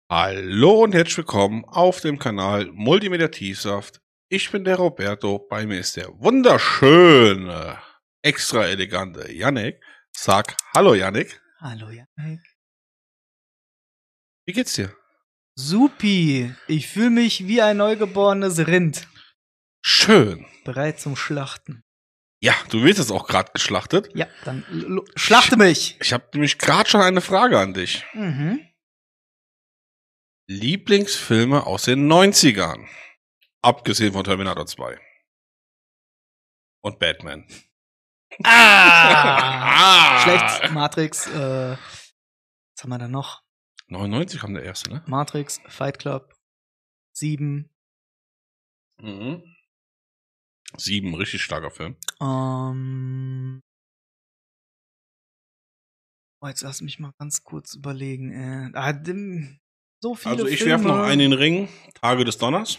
Hallo und herzlich willkommen auf dem Kanal Multimedia Tiefsaft. Ich bin der Roberto, bei mir ist der wunderschöne, extra elegante Yannick. Sag Hallo Yannick. Hallo Yannick. Wie geht's dir? Supi, ich fühle mich wie ein neugeborenes Rind. Schön. Bereit zum Schlachten. Ja, du wirst jetzt auch gerade geschlachtet. Ja, dann schlachte mich. Ich habe nämlich gerade schon eine Frage an dich. Lieblingsfilme aus den 90ern. Abgesehen von Terminator 2. Und Batman. Schlecht, Matrix, was haben wir da noch? 99 kam der erste, ne? Matrix, Fight Club, 7. 7, richtig starker Film. Jetzt lass mich mal ganz kurz überlegen. So viele Also ich Filme. werfe noch einen in den Ring. Tage des Donners.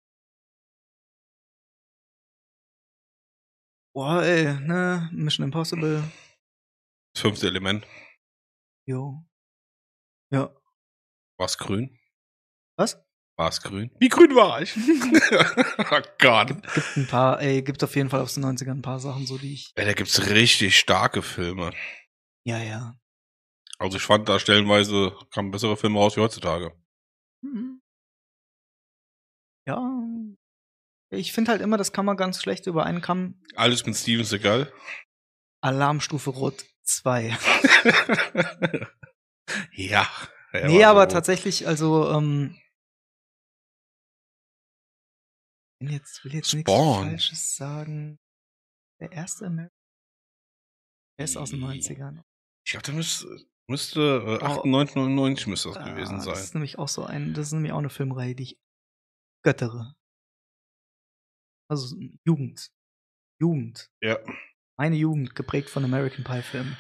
Boah, ey, ne? Mission Impossible. Das 5. Element. Jo. Ja. War's grün? Was? War's grün? Wie grün war ich? Oh Gott. Gibt ein paar, gibt auf jeden Fall aus den 90ern ein paar Sachen, so die ich. Ey, da gibt's richtig starke Filme. Ja. Also ich fand, da stellenweise kamen bessere Filme raus wie heutzutage. Ja. Ich finde halt immer, das kann man ganz schlecht über einen Kamm. Alles mit Steven Seagal. Alarmstufe Rot 2. Ja. Nee, aber tatsächlich, also, will jetzt nichts Spawn. Falsches sagen. Der erste American. Der ist aus den 90ern. Ich glaube, der müsste 98, 99 müsste das gewesen sein. Das ist nämlich auch so das ist nämlich auch eine Filmreihe, die ich göttere. Also Jugend. Ja. Meine Jugend, geprägt von American Pie Filmen.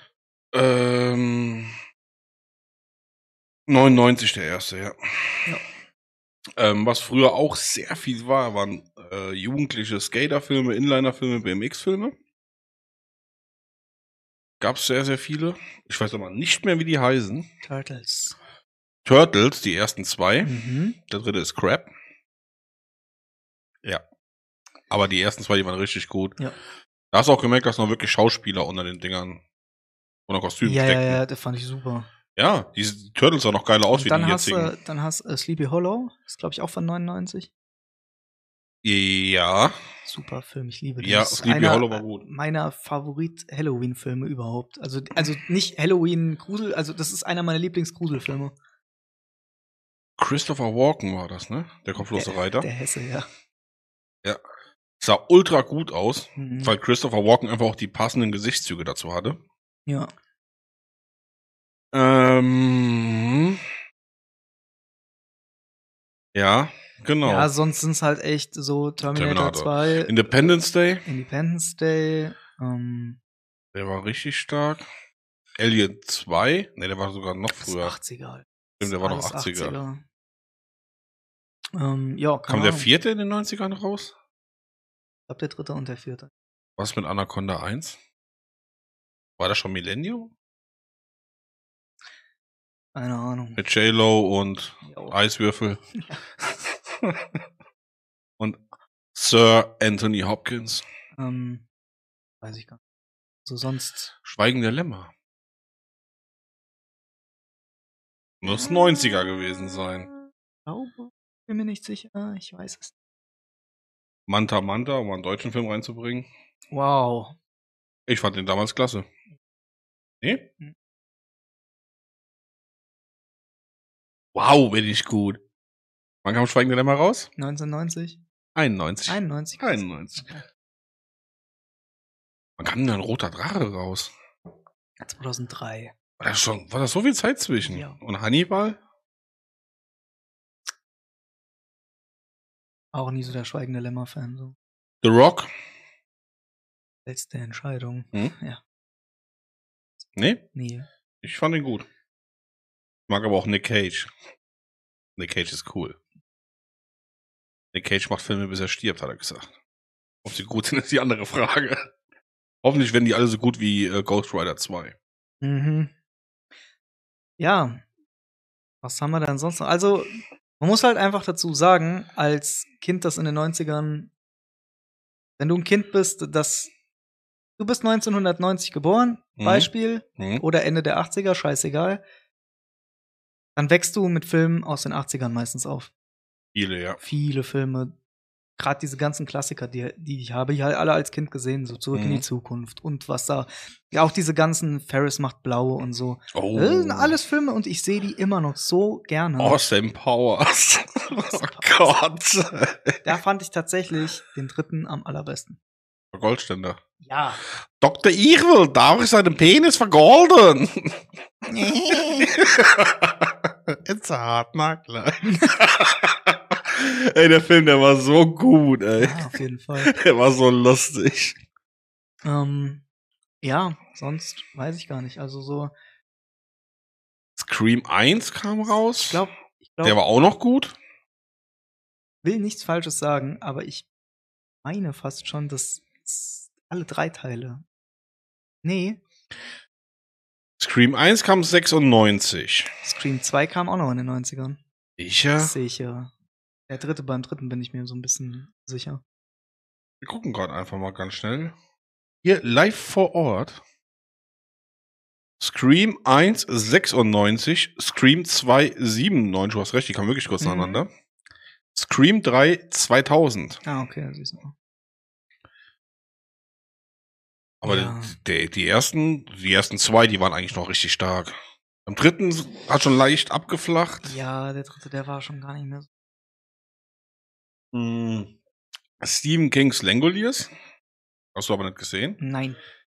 99 der erste, ja. Was früher auch sehr viel war, waren jugendliche Skaterfilme, Inliner-Filme, BMX-Filme. Gab's sehr, sehr viele. Ich weiß aber nicht mehr, wie die heißen. Turtles, die ersten 2. Der dritte ist Crab. Ja. Aber die ersten 2, die waren richtig gut. Ja. Da hast du auch gemerkt, dass noch wirklich Schauspieler unter den Dingern oder Kostümen stecken. Ja, das fand ich super. Ja, die Turtles sahen noch geiler aus wie die jetzigen. Dann hast Sleepy Hollow, ist glaube ich auch von 99. Ja. Super Film, ich liebe den. Ja, Sleepy Hollow war gut. Meiner Favorit-Halloween-Filme überhaupt. Also nicht Halloween-Grusel, also das ist einer meiner Lieblings-Gruselfilme. Christopher Walken war das, ne? Der kopflose Reiter. Der Hesse, ja. Ja. Sah ultra gut aus, weil Christopher Walken einfach auch die passenden Gesichtszüge dazu hatte. Ja. Ja, genau. Ja, sonst sind es halt echt so Terminator 2. Independence Day. Der war richtig stark. Alien 2. Ne, der war sogar noch früher. 80er. Stimmt, der war doch 80er. Ja, kam der 4. in den 90ern raus? Ich glaube, der 3. und der 4. Was mit Anaconda 1? War das schon Millennium? Keine Ahnung. Mit J-Lo und Eiswürfel. Und Sir Anthony Hopkins. Weiß ich gar nicht. So sonst. Schweigen der Lämmer. Muss 90er gewesen sein. Ich glaube, bin mir nicht sicher. Ich weiß es nicht. Manta, um einen deutschen Film reinzubringen. Wow. Ich fand den damals klasse. Nee? Wow, bin ich gut. Wann kam Schweigen der Lämmer raus? 1990? 91. 91. Okay. Wann kam denn ein roter Drache raus? 2003. War das so viel Zeit zwischen? Ja. Und Hannibal? Auch nie so der Schweigende Lämmer-Fan. So. The Rock? Letzte Entscheidung. Ja. Nee? Nee. Ich fand ihn gut. Ich mag aber auch Nick Cage. Nick Cage ist cool. Nick Cage macht Filme, bis er stirbt, hat er gesagt. Ob sie gut sind, ist die andere Frage. Hoffentlich werden die alle so gut wie Ghost Rider 2. Ja. Was haben wir denn sonst noch? Also, man muss halt einfach dazu sagen, als Kind, das in den 90ern wenn du 'n Kind bist, das du bist 1990 geboren, Beispiel, Mhm. oder Ende der 80er, scheißegal, dann wächst du mit Filmen aus den 80ern meistens auf. Viele, ja. Viele Filme, grad diese ganzen Klassiker, die ich habe ich halt alle als Kind gesehen, so Zurück in die Zukunft und was da ja, auch diese ganzen Ferris macht blau und so. Oh. Das sind alles Filme und ich sehe die immer noch so gerne. Austin Powers. Austin Oh Gott. Da fand ich tatsächlich den 3. am allerbesten. Goldständer. Ja. Dr. Evil, da ist seinen Penis vergolden. It's a hard knuckle. Ey, der Film, der war so gut, ey. Ja, auf jeden Fall. Der war so lustig. Ja, sonst weiß ich gar nicht. Also so Scream 1 kam raus. ich glaube, Der war auch noch gut. will nichts Falsches sagen, aber ich meine fast schon, dass alle 3 Teile ne, Scream 1 kam 96. Scream 2 kam auch noch in den 90ern. Sicher? Das sehe ich ja. Beim 3. bin ich mir so 'n bisschen sicher. Wir gucken gerade einfach mal ganz schnell. Hier, live vor Ort. Scream 1 96, Scream 2 97, du hast recht, die kamen wirklich kurz nacheinander. Scream 3 2000. Ah, okay, siehst du. Aber Ja. die ersten 2, die waren eigentlich noch richtig stark. Am 3. hat schon leicht abgeflacht. Ja, der 3., der war schon gar nicht mehr so. Stephen Kings Langoliers. Hast du aber nicht gesehen. Nein.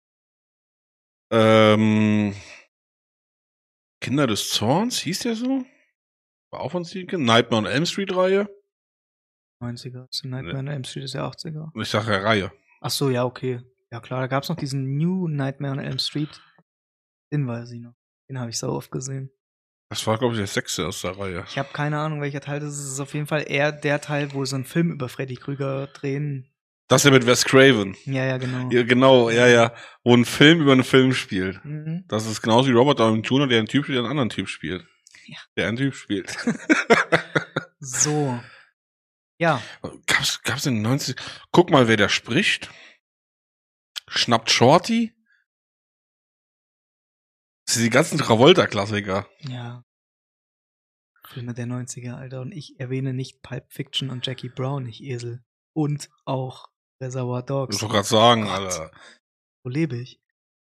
Kinder des Zorns, hieß der so? War auch von Stephen King. Nightmare on Elm Street Reihe. 90er. Nightmare on Elm Street ist ja 80er. Ich sage ja Reihe. Ach so, ja, okay. Ja klar, da gab's noch diesen New Nightmare on Elm Street. Den weiß ich noch. Den habe ich sau oft gesehen. Das war, glaube ich, der 6. aus der Reihe. Ich habe keine Ahnung, welcher Teil das ist. Es ist auf jeden Fall eher der Teil, wo sie 'n Film über Freddy Krüger drehen. Das ist ja mit Wes Craven. Ja, genau. Ja, genau, ja. Wo ein Film über einen Film spielt. Mhm. Das ist genauso wie Robert Downey Jr., der einen Typ spielt, der einen anderen Typ spielt. Ja. Der einen Typ spielt. So. Ja. Gab's in den 90 Guck mal, wer da spricht. Schnappt Shorty. Das sind die ganzen Travolta-Klassiker. Ja. Filme der 90er, Alter. Und ich erwähne nicht Pulp Fiction und Jackie Brown, ich Esel. Und auch Reservoir Dogs. Ich wollte gerade sagen, Gott. Alter. Wo lebe ich?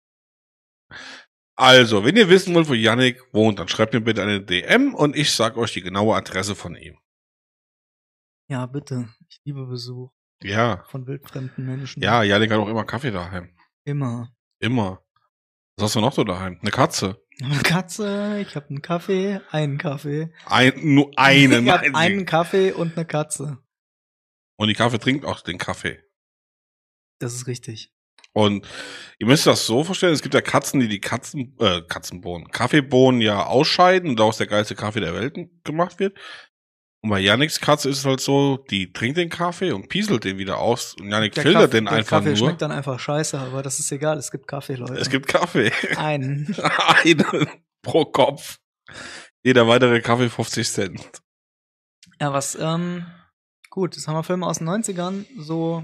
Also, wenn ihr wissen wollt, wo Yannick wohnt, dann schreibt mir bitte eine DM und ich sag euch die genaue Adresse von ihm. Ja, bitte. Ich liebe Besuch Ja. von wildfremden Menschen. Ja, Yannick hat auch immer Kaffee daheim. Immer. Immer. Was hast du noch so daheim? Eine Katze. Eine Katze, ich habe einen Kaffee, einen Kaffee. Nur einen. Ich habe einzigen. einen Kaffee und eine Katze. Und die Kaffee trinkt auch den Kaffee. Das ist richtig. Und ihr müsst das so vorstellen, es gibt ja Katzen, die Kaffeebohnen ja ausscheiden und daraus der geilste Kaffee der Welt gemacht wird. Und bei Yannicks Katze ist es halt so, die trinkt den Kaffee und pieselt den wieder aus und Yannick filtert den einfach Der Kaffee nur. schmeckt dann einfach scheiße, aber das ist egal, es gibt Kaffee, Leute. Es gibt Kaffee. einen. Einen pro Kopf. Jeder weitere Kaffee 50 Cent. Ja, was, gut, jetzt haben wir Filme aus den 90ern, so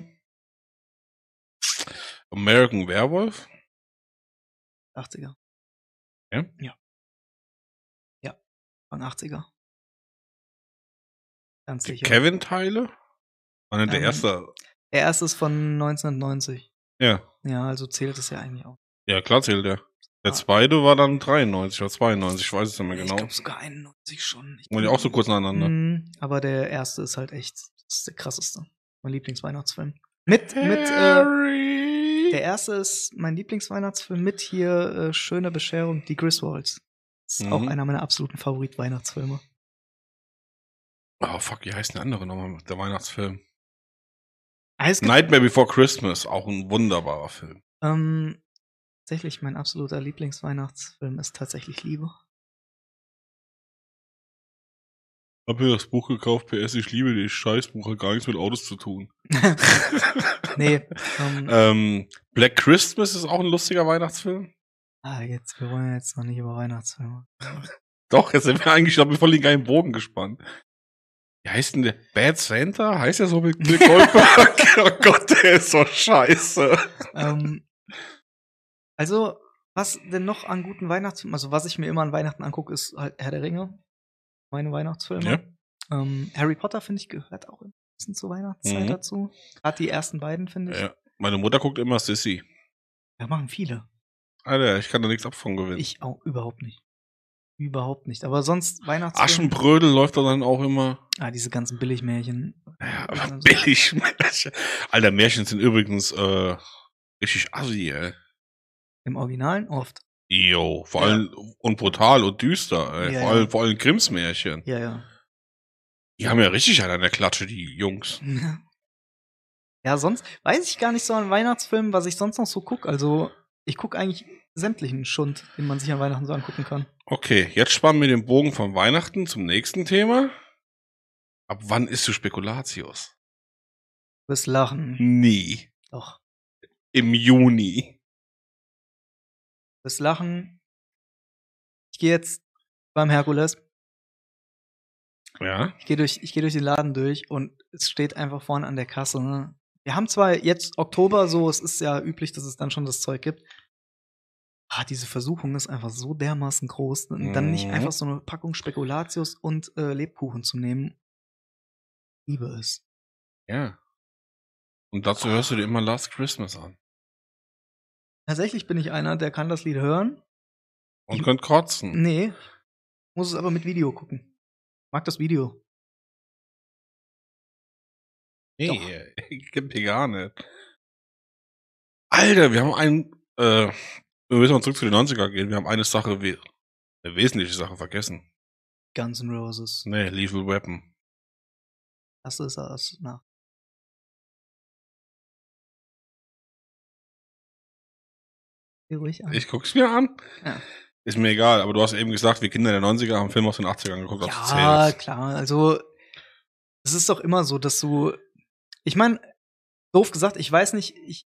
American Werewolf. 80er. Ja? Ja, waren 80er. Ganz Die sicher. Kevin-Teile? War nicht der erste? Der erste ist von 1990. Ja. Ja, also zählt es ja eigentlich auch. Ja, klar zählt der. Der zweite war dann 93 oder 92, ich weiß es nicht mehr genau. Ich glaube sogar 91 schon. Waren die auch so kurz nacheinander? Aber der erste ist halt echt, das ist der krasseste. Mein Lieblingsweihnachtsfilm. Der erste ist mein Lieblingsweihnachtsfilm mit hier Schöne Bescherung, die Griswolds. Das ist auch einer meiner absoluten Favorit-Weihnachtsfilme. Oh, fuck, wie heißt der andere nochmal, der Weihnachtsfilm? Also Nightmare Before Christmas, auch ein wunderbarer Film. Tatsächlich, mein absoluter Lieblingsweihnachtsfilm ist tatsächlich Liebe. Hab mir das Buch gekauft, PS, ich liebe das Scheißbuch, hat gar nichts mit Autos zu tun. Nee. Black Christmas ist auch ein lustiger Weihnachtsfilm. Wir wollen jetzt noch nicht über Weihnachtsfilme. Doch, jetzt sind wir eigentlich voll den geilen Bogen gespannt. Wie heißt denn der? Bad Santa? Heißt der so mit Goldberg? Oh Gott, der ist so scheiße. Also, was denn noch an guten Weihnachtsfilmen, also was ich mir immer an Weihnachten angucke, ist halt Herr der Ringe. Meine Weihnachtsfilme. Ja. Harry Potter, finde ich, gehört auch ein bisschen zur Weihnachtszeit dazu. Gerade die ersten beiden, finde ich. Ja. Meine Mutter guckt immer Sissy. Ja, machen viele. Alter, ich kann da nichts ab von gewinnen. Ich auch überhaupt nicht. Überhaupt nicht. Aber sonst Weihnachtsfilme. Aschenbrödel läuft da dann auch immer. Ah, diese ganzen Billigmärchen. Ja, aber Billigmärchen. Alter, Märchen sind übrigens richtig assi, ey. Im Originalen oft. Jo, vor allem und brutal und düster, ey. Ja, vor allem Grimms Märchen. Ja, ja. Die haben ja richtig einen an der Klatsche, die Jungs. Ja, sonst weiß ich gar nicht so an Weihnachtsfilmen, was ich sonst noch so gucke. Also, ich gucke eigentlich sämtlichen Schund, den man sich an Weihnachten so angucken kann. Okay, jetzt spannen wir den Bogen von Weihnachten zum nächsten Thema. Ab wann isst du Spekulatius? Du wirst lachen. Nie. Doch. Im Juni. Du wirst lachen. Ich gehe jetzt beim Herkules. Ja. Ich gehe durch den Laden durch und es steht einfach vorne an der Kasse. Ne? Wir haben zwar jetzt Oktober so, es ist ja üblich, dass es dann schon das Zeug gibt. Diese Versuchung ist einfach so dermaßen groß. Und dann nicht einfach so eine Packung Spekulatius und Lebkuchen zu nehmen. Ich liebe es. Ja. Und dazu hörst du dir immer Last Christmas an. Tatsächlich bin ich einer, der kann das Lied hören. Und könnt kotzen. Nee. Muss es aber mit Video gucken. Mag das Video. Nee, gibt mir gar nicht. Alter, wir haben wir müssen mal zurück zu den 90er gehen. Wir haben eine wesentliche Sache vergessen. Guns N' Roses. Nee, Lethal Weapon. Das ist das. Na. Ruhig an. Ich guck's mir an. Ja. Ist mir egal, aber du hast eben gesagt, wir Kinder der 90er haben Filme aus den 80ern geguckt. Ja, klar. Also, es ist doch immer so, dass ich meine, doof gesagt, ich weiß nicht,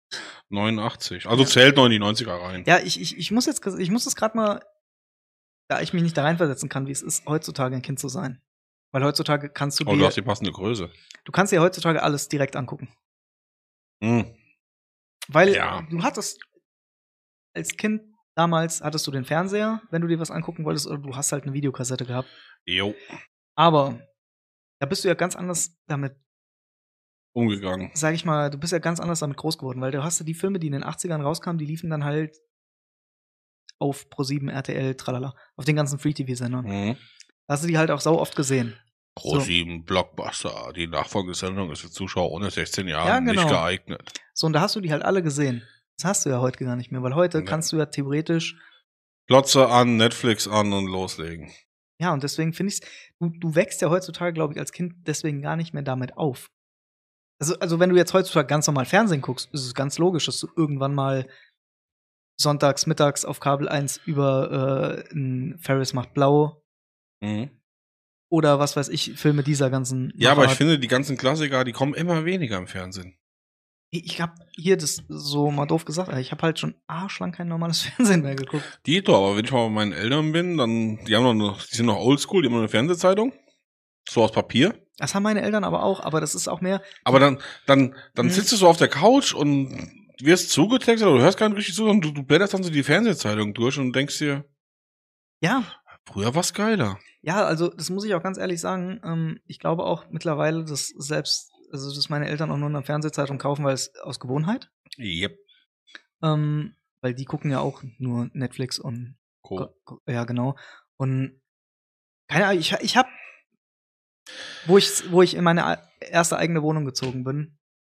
89. Also zählt noch in die 90er rein. Ja, ich muss es gerade mal, da ich mich nicht da reinversetzen kann, wie es ist, heutzutage ein Kind zu sein. Weil heutzutage kannst du du hast die passende Größe. Du kannst dir heutzutage alles direkt angucken. Weil du hattest als Kind damals hattest du den Fernseher, wenn du dir was angucken wolltest, oder du hast halt eine Videokassette gehabt. Jo. Aber da bist du ja ganz anders damit umgegangen. Sag ich mal, du bist ja ganz anders damit groß geworden, weil du hast ja die Filme, die in den 80ern rauskamen, die liefen dann halt auf Pro7, RTL, tralala, auf den ganzen Free-TV-Sendern. Da hast du die halt auch sau oft gesehen. Pro7, Blockbuster, die Nachfolgesendung ist für Zuschauer ohne 16 Jahren nicht geeignet. So, und da hast du die halt alle gesehen. Das hast du ja heute gar nicht mehr, weil heute kannst du ja theoretisch Glotze an, Netflix an und loslegen. Ja, und deswegen finde ich's, du wächst ja heutzutage, glaube ich, als Kind deswegen gar nicht mehr damit auf. Also wenn du jetzt heutzutage ganz normal Fernsehen guckst, ist es ganz logisch, dass du irgendwann mal sonntags, mittags auf Kabel 1 über Ferris macht blau oder was weiß ich, Filme dieser ganzen Ja, aber ich finde, die ganzen Klassiker, die kommen immer weniger im Fernsehen. Ich hab hier das so mal doof gesagt, ich habe halt schon arschlang kein normales Fernsehen mehr geguckt. Dito, aber wenn ich mal bei meinen Eltern bin, dann, die sind noch oldschool, die haben noch eine Fernsehzeitung. So aus Papier. Das haben meine Eltern aber auch, aber das ist auch mehr. Aber dann sitzt du so auf der Couch und wirst zugetextet oder du hörst gar nicht richtig zu und du blätterst dann so die Fernsehzeitung durch und denkst dir, ja. Früher war's geiler. Ja, also das muss ich auch ganz ehrlich sagen. Ich glaube auch mittlerweile, dass meine Eltern auch nur eine Fernsehzeitung kaufen, weil es aus Gewohnheit. Yep. Weil die gucken ja auch nur Netflix und ja, genau. Und keine Ahnung, ich hab wo ich in meine erste eigene Wohnung gezogen bin,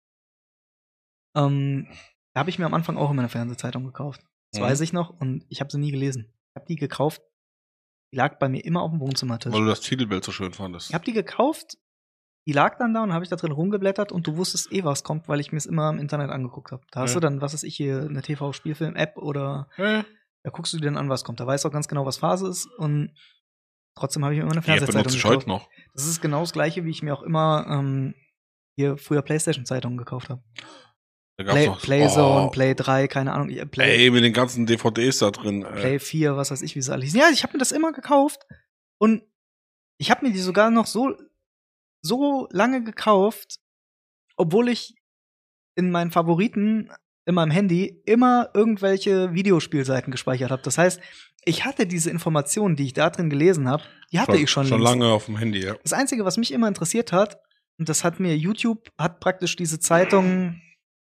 da habe ich mir am Anfang auch immer eine Fernsehzeitung gekauft. Das weiß ich noch und ich habe sie nie gelesen. Ich habe die gekauft, die lag bei mir immer auf dem Wohnzimmertisch. Weil du das Titelbild so schön fandest. Ich habe die gekauft, die lag dann da und habe ich da drin rumgeblättert und du wusstest was kommt, weil ich mir es immer im Internet angeguckt habe. Da hast du dann, was weiß ich hier, eine TV-Spielfilm-App oder da guckst du dir dann an, was kommt. Da weißt du auch ganz genau, was Phase ist und trotzdem habe ich mir immer eine Fernsehzeitung gekauft. Die benutze ich heute noch. Das ist genau das Gleiche, wie ich mir auch immer hier früher PlayStation-Zeitungen gekauft habe. Playzone, Play 3, keine Ahnung. Mit den ganzen DVDs da drin. Play 4, was weiß ich, wie sie alle hießen. Ja, ich habe mir das immer gekauft Und ich habe mir die sogar noch so lange gekauft, obwohl ich in meinen Favoriten in meinem Handy immer irgendwelche Videospielseiten gespeichert habe. Das heißt, ich hatte diese Informationen, die ich da drin gelesen habe, die hatte ich schon längst. lange auf dem Handy, ja. Das Einzige, was mich immer interessiert hat, und das hat mir YouTube, hat praktisch diese Zeitung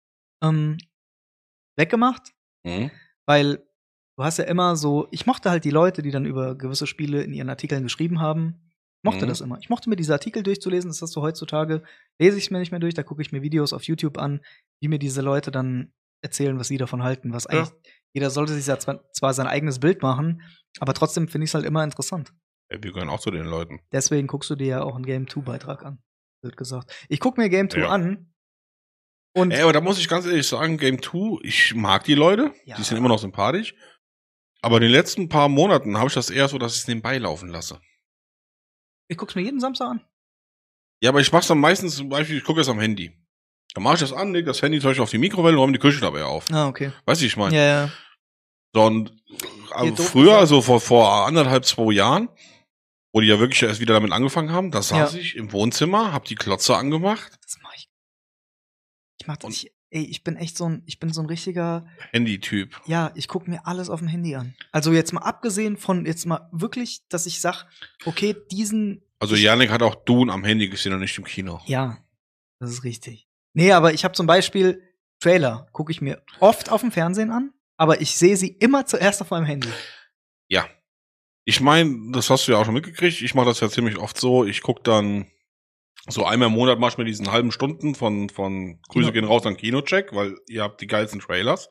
weggemacht, weil du hast ja immer so, ich mochte halt die Leute, die dann über gewisse Spiele in ihren Artikeln geschrieben haben. Ich mochte das immer. Ich mochte mir diese Artikel durchzulesen. Das ist so heutzutage, lese ich es mir nicht mehr durch, da gucke ich mir Videos auf YouTube an, wie mir diese Leute dann erzählen, was sie davon halten. Was eigentlich, jeder sollte sich ja zwar sein eigenes Bild machen, aber trotzdem finde ich es halt immer interessant. Ja, wir gehören auch zu den Leuten. Deswegen guckst du dir ja auch einen Game 2-Beitrag an, wird gesagt. Ich gucke mir Game 2 an. Und aber da muss ich ganz ehrlich sagen, Game 2, ich mag die Leute, die sind immer noch sympathisch. Aber in den letzten paar Monaten habe ich das eher so, dass ich es nebenbei laufen lasse. Ich guck's mir jeden Samstag an. Ja, aber ich mach's dann meistens zum Beispiel, ich gucke es am Handy. Dann mache ich das an, leg das Handy zum Beispiel auf die Mikrowelle und räume die Küche dabei auf. Ah, okay. Weißt du, ich meine? Ja. So, und früher, also vor 1,5, 2 Jahren, wo die ja wirklich erst wieder damit angefangen haben, da saß ich im Wohnzimmer, hab die Klotze angemacht. Das mach ich. Ich mach das. Ich bin echt so ein richtiger Handy-Typ. Ja, ich gucke mir alles auf dem Handy an. Also jetzt mal abgesehen von, jetzt mal wirklich, dass ich sag, okay, Also Yannick hat auch Dune am Handy gesehen und nicht im Kino. Ja, das ist richtig. Nee, aber ich habe zum Beispiel Trailer, gucke ich mir oft auf dem Fernsehen an, aber ich sehe sie immer zuerst auf meinem Handy. Ja. Ich meine, das hast du ja auch schon mitgekriegt. Ich mache das ja ziemlich oft so. Ich gucke dann so einmal im Monat mach ich mir diesen halben Stunden von Grüße gehen raus an Kinocheck, weil ihr habt die geilsten Trailers.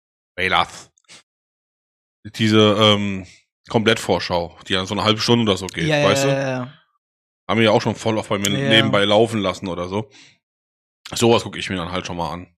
Diese Komplettvorschau, die ja so eine halbe Stunde oder so geht, weißt du? Ja. Haben wir ja auch schon voll auf bei mir nebenbei laufen lassen oder so. Sowas gucke ich mir dann halt schon mal an.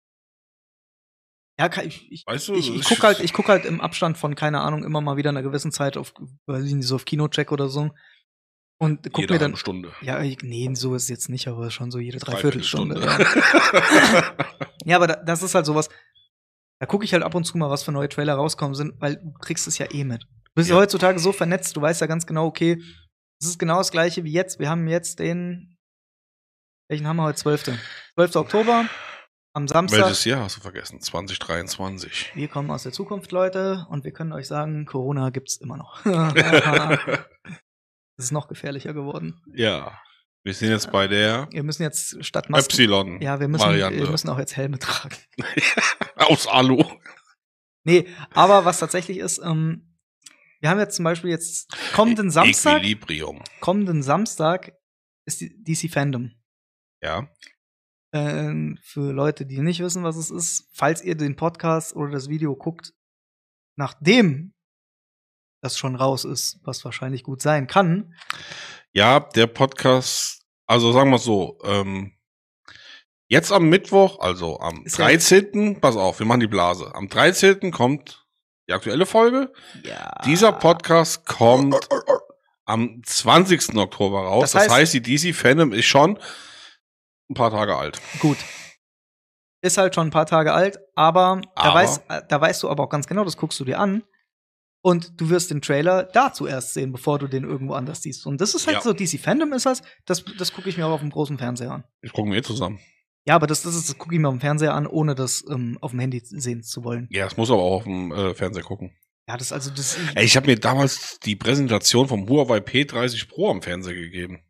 Ja, weißt du, ich guck halt im Abstand von, keine Ahnung, immer mal wieder in einer gewissen Zeit auf, weiß ich nicht, so auf Kinocheck oder so. Und guck mir dann. Jede Stunde. Ja, nee, so ist es jetzt nicht, aber schon so jede Dreiviertelstunde. Ja, aber das ist halt sowas. Da gucke ich halt ab und zu mal, was für neue Trailer rauskommen sind, weil du kriegst es ja eh mit. Du bist ja heutzutage so vernetzt, du weißt ja ganz genau, okay, es ist genau das gleiche wie jetzt. Wir haben jetzt welchen haben wir heute? 12. Oktober. Am Samstag. Welches Jahr hast du vergessen? 2023. Wir kommen aus der Zukunft, Leute, und wir können euch sagen, Corona gibt's immer noch. Es ist noch gefährlicher geworden. Ja. Wir sind jetzt bei der Wir müssen jetzt statt Masken Epsilon. Ja, wir müssen auch jetzt Helme tragen. Aus Alu. Nee, aber was tatsächlich ist, wir haben jetzt zum Beispiel kommenden Samstag. Equilibrium. Kommenden Samstag ist die DC Fandom. Ja. Für Leute, die nicht wissen, was es ist, falls ihr den Podcast oder das Video guckt, nachdem das schon raus ist, was wahrscheinlich gut sein kann. Ja, der Podcast, also sagen wir so, jetzt am Mittwoch, also am 13., pass auf, wir machen die Blase. Am 13. kommt die aktuelle Folge. Ja. Dieser Podcast kommt am 20. Oktober raus. Das heißt, die DC Fandom ist schon ein paar Tage alt. Gut. Ist halt schon ein paar Tage alt, aber da weißt du aber auch ganz genau, das guckst du dir an. Und du wirst den Trailer da zuerst sehen, bevor du den irgendwo anders siehst. Und das ist halt so, DC Fandom ist das gucke ich mir auch auf dem großen Fernseher an. Ich gucke mir zusammen. Ja, aber das gucke ich mir auf dem Fernseher an, ohne das auf dem Handy sehen zu wollen. Ja, das muss aber auch auf dem Fernseher gucken. Ja, ich habe mir damals die Präsentation vom Huawei P30 Pro am Fernseher gegeben.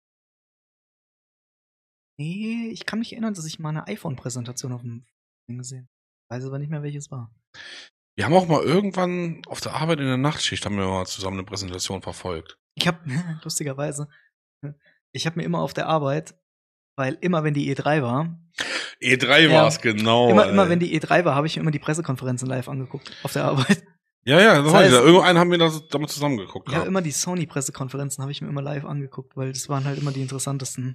Nee, ich kann mich erinnern, dass ich mal eine iPhone-Präsentation auf dem Fernseher gesehen habe. Weiß aber nicht mehr, welches war. Wir haben auch mal irgendwann auf der Arbeit in der Nachtschicht haben wir mal zusammen eine Präsentation verfolgt. Ich habe lustigerweise, ich habe mir immer auf der Arbeit, weil immer wenn die E3 war. E3 war es, genau. Immer wenn die E3 war, habe ich mir immer die Pressekonferenzen live angeguckt auf der Arbeit. Ja, das heißt, irgendwann haben wir das damit zusammengeguckt. Ja, immer die Sony-Pressekonferenzen habe ich mir immer live angeguckt, weil das waren halt immer die interessantesten.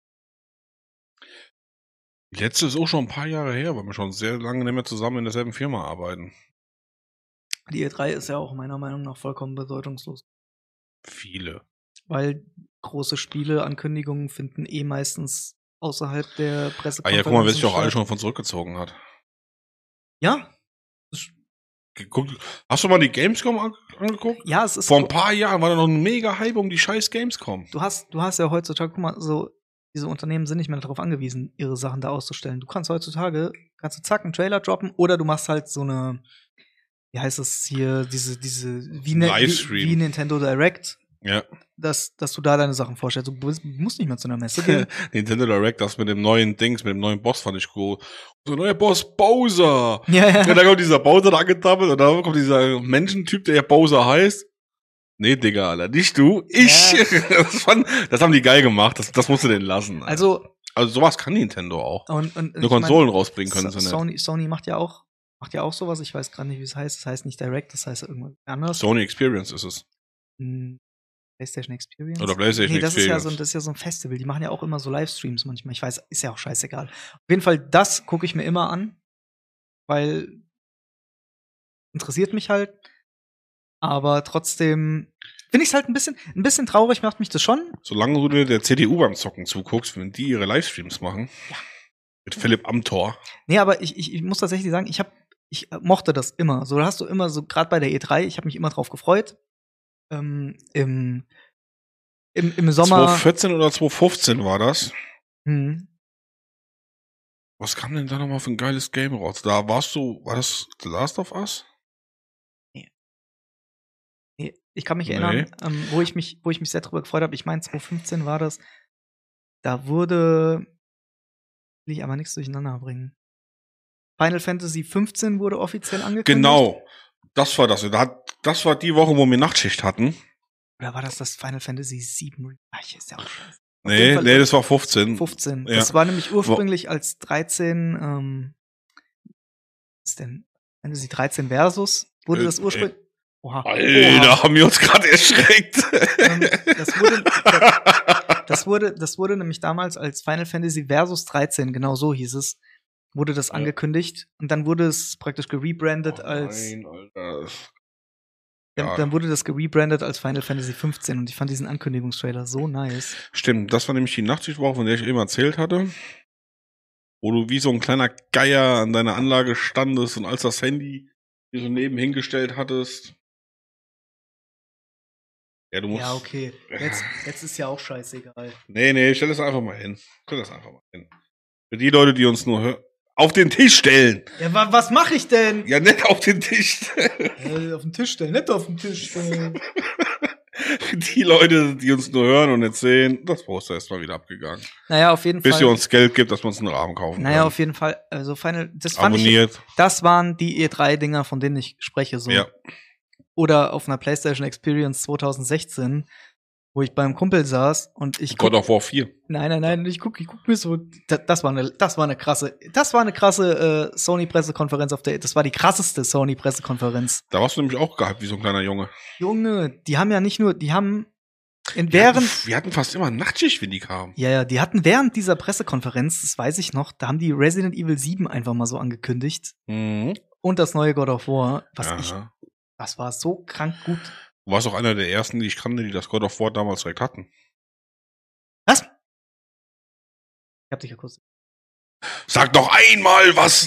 Die letzte ist auch schon ein paar Jahre her, weil wir schon sehr lange nicht mehr zusammen in derselben Firma arbeiten. Die E3 ist ja auch meiner Meinung nach vollkommen bedeutungslos. Viele. Weil große Spieleankündigungen finden meistens außerhalb der Pressekonferenzen ja, guck mal, wer sich auch alle schon von zurückgezogen hat. Ja. Hast du mal die Gamescom angeguckt? Ja, es ist. Vor ein paar Jahren war da noch ein mega Hype um die scheiß Gamescom. Du hast ja heutzutage, guck mal, so, diese Unternehmen sind nicht mehr darauf angewiesen, ihre Sachen da auszustellen. Du kannst heutzutage, zack, einen Trailer droppen oder du machst halt so eine, wie heißt es hier, diese, wie Nintendo Direct. Ja. Dass du da deine Sachen vorstellst. Du musst nicht mehr zu einer Messe gehen. Nintendo Direct, das mit dem neuen Dings, mit dem neuen Boss fand ich cool. So ein neuer Boss, Bowser. Ja. Und dann kommt dieser Bowser da angetappelt und dann kommt dieser Menschentyp, der ja Bowser heißt. Nee, Digga, Alter, nicht du, ich. Ja. Das haben die geil gemacht, das musst du denen lassen. Alter. Also sowas kann Nintendo auch. Und nur Konsolen rausbringen können sie nicht. Sony macht ja auch sowas, ich weiß gerade nicht, wie es heißt. Das heißt nicht Direct, das heißt irgendwas anderes. Sony Experience ist es. PlayStation Experience? Oder PlayStation Experience. Das ist ja so ein Festival. Die machen ja auch immer so Livestreams manchmal. Ich weiß, ist ja auch scheißegal. Auf jeden Fall, das gucke ich mir immer an, weil interessiert mich halt. Aber trotzdem finde ich es halt ein bisschen traurig, macht mich das schon. Solange du der CDU beim Zocken zuguckst, wenn die ihre Livestreams machen. Ja. Mit Philipp Amthor. Nee, aber ich muss tatsächlich sagen, ich mochte das immer. So, da hast du immer so, gerade bei der E3, ich habe mich immer drauf gefreut. Im Sommer. 2014 oder 2015 war das. Mhm. Was kam denn da nochmal für ein geiles Game raus? Da war das The Last of Us? Nee. Ich kann mich erinnern, wo ich mich sehr drüber gefreut habe. Ich meine, 2015 war das. Da will ich aber nichts durcheinander bringen. Final Fantasy 15 wurde offiziell angekündigt. Genau. Das war das. Das war die Woche, wo wir Nachtschicht hatten. Oder war das Final Fantasy 7? Ist ja auch scheiße. Nee, das war 15. 15. Ja. Das war nämlich ursprünglich als 13, was ist denn? Fantasy 13 Versus wurde das ursprünglich. Oha. Alter, haben wir uns gerade erschreckt. Das wurde nämlich damals als Final Fantasy Versus 13, genau so hieß es, wurde das angekündigt. Und dann wurde es praktisch gerebrandet als. Nein, Alter. Dann wurde das gerebrandet als Final Fantasy 15 und ich fand diesen Ankündigungstrailer so nice. Stimmt, das war nämlich die Nachtschichtwoche, von der ich eben erzählt hatte. Wo du wie so ein kleiner Geier an deiner Anlage standest und als das Handy dir so neben hingestellt hattest. Ja, du musst. Ja, okay. Jetzt ist ja auch scheißegal. Nee, stell das einfach mal hin. Für die Leute, die uns nur hören. Auf den Tisch stellen. Ja, was mache ich denn? Ja, nicht auf den Tisch stellen. Auf den Tisch stellen, nicht auf den Tisch stellen. Für die Leute, die uns nur hören und nicht sehen, das Poster ist mal wieder abgegangen. Naja, auf jeden Fall. Bis ihr uns Geld gibt, dass wir uns einen Rahmen kaufen Naja, können. auf jeden Fall. Also das abonniert. Das waren die E3-Dinger, von denen ich spreche. So. Ja. Oder auf einer PlayStation Experience 2016, wo ich beim Kumpel saß und ich God of War 4. Nein, ich guck mir so, das war eine krasse Sony-Pressekonferenz das war die krasseste Sony-Pressekonferenz. Da warst du nämlich auch gehypt wie so ein kleiner Junge. Junge, die haben ja nicht nur, wir hatten fast immer Nachtschicht, wenn die kamen. Ja, die hatten während dieser Pressekonferenz, das weiß ich noch, da haben die Resident Evil 7 einfach mal so angekündigt. Mhm. Und das neue God of War, das war so krank gut. Du warst auch einer der ersten, die ich kannte, die das God of War damals direkt hatten. Was? Ich hab dich ja kurz. Sag doch einmal was!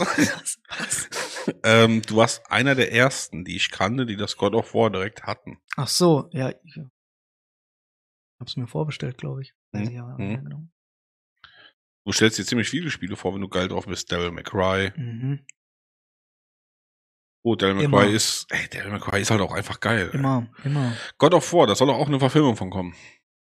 Du warst einer der ersten, die ich kannte, die das God of War direkt hatten. Ach so, ja. Ich hab's mir vorbestellt, glaube ich. Genau. Du stellst dir ziemlich viele Spiele vor, wenn du geil drauf bist. Devil May Cry. Mhm. Oh, Devil May Cry ist halt auch einfach geil. Immer. God of War, da soll auch eine Verfilmung von kommen.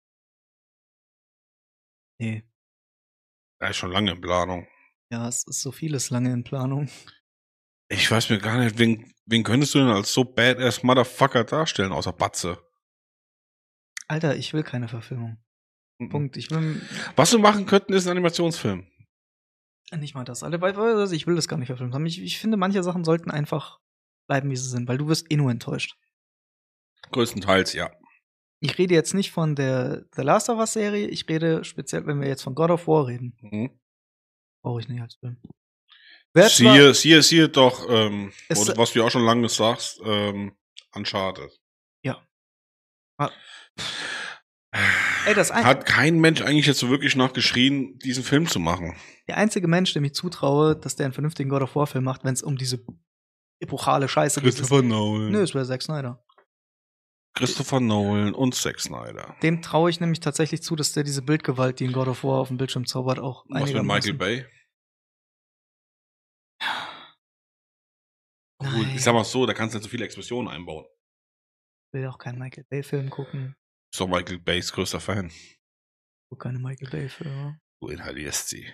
Nee. Ja, ist schon lange in Planung. Ja, es ist so vieles lange in Planung. Ich weiß mir gar nicht, wen könntest du denn als so badass Motherfucker darstellen, außer Batze? Alter, ich will keine Verfilmung. Punkt. Was wir machen könnten, ist ein Animationsfilm. Nicht mal das, Alter, weil ich will das gar nicht verfilmen. Ich finde, manche Sachen sollten einfach bleiben, wie sie sind, weil du wirst nur enttäuscht. Größtenteils, ja. Ich rede jetzt nicht von der The Last of Us Serie, ich rede speziell, wenn wir jetzt von God of War reden. Brauche ich nicht als Film. Siehe doch, was du auch schon lange sagst, Uncharted. Ja. Ey, hat kein Mensch eigentlich jetzt so wirklich nachgeschrien, diesen Film zu machen. Der einzige Mensch, dem ich zutraue, dass der einen vernünftigen God of War Film macht, wenn es um diese epochale Scheiße geht. Christopher Nolan. Nö, es wäre Zack Snyder. Christopher Nolan und Zack Snyder. Dem traue ich nämlich tatsächlich zu, dass der diese Bildgewalt, die in God of War auf dem Bildschirm zaubert, auch Was mit Michael Bay? Gut, ich sag mal so, da kannst du nicht so viele Explosionen einbauen. Ich will auch keinen Michael Bay-Film gucken. Ist doch Michael Bays größter Fan. Ich gucke keine Michael Bay-Filme. Du inhalierst sie.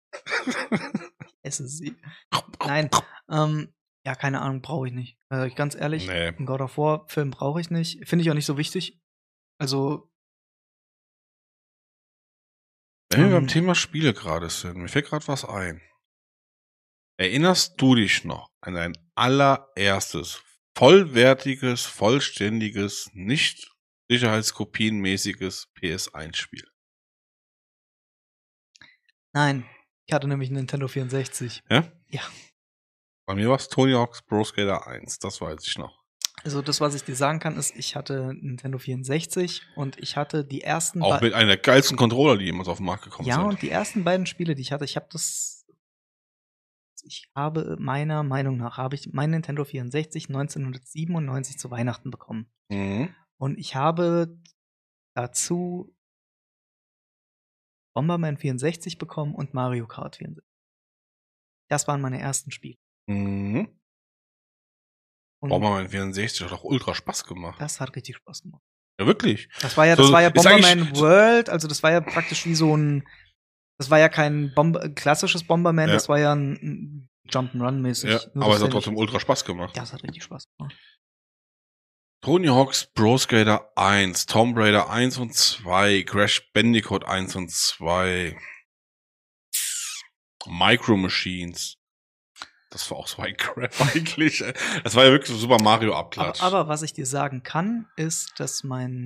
Esse sie. Nein, ja, keine Ahnung, brauche ich nicht. Also ganz ehrlich, Nee. einen God of War-Film brauche ich nicht. Finde ich auch nicht so wichtig. Also, wenn wir beim Thema Spiele gerade sind, mir fällt gerade was ein. Erinnerst du dich noch an dein allererstes vollwertiges, vollständiges, nicht sicherheitskopienmäßiges PS1-Spiel? nein. Ich hatte nämlich einen Nintendo 64. Ja? Ja. Bei mir war es Tony Hawk's Pro Skater 1, das weiß ich noch. Also das, was ich dir sagen kann, ist, ich hatte einen Nintendo 64 und ich hatte die ersten Auch mit einer der geilsten Controller, die jemals auf den Markt gekommen sind. Ja, und die ersten beiden Spiele, die ich hatte, ich habe meiner Meinung nach, mein Nintendo 64 1997 zu Weihnachten bekommen. Mhm. Und ich habe dazu Bomberman 64 bekommen und Mario Kart 64. Das waren meine ersten Spiele. Mhm. Und Bomberman 64 hat auch ultra Spaß gemacht. das hat richtig Spaß gemacht. Ja, wirklich. Das war ja So, ist Bomberman eigentlich- World, also das war ja praktisch wie so ein, das war ja kein klassisches Bomberman, Ja. das war ja ein Jump'n'Run-mäßig. Ja, Nur aber das es hat ja trotzdem nicht- ultra Spaß gemacht. Das hat richtig Spaß gemacht. Tony Hawk's Pro Skater 1, Tomb Raider 1 und 2, Crash Bandicoot 1 und 2, Micro Machines. Das war auch so ein Crap eigentlich. Das war ja wirklich so Super Mario Abklatsch. Aber was ich dir sagen kann, ist, dass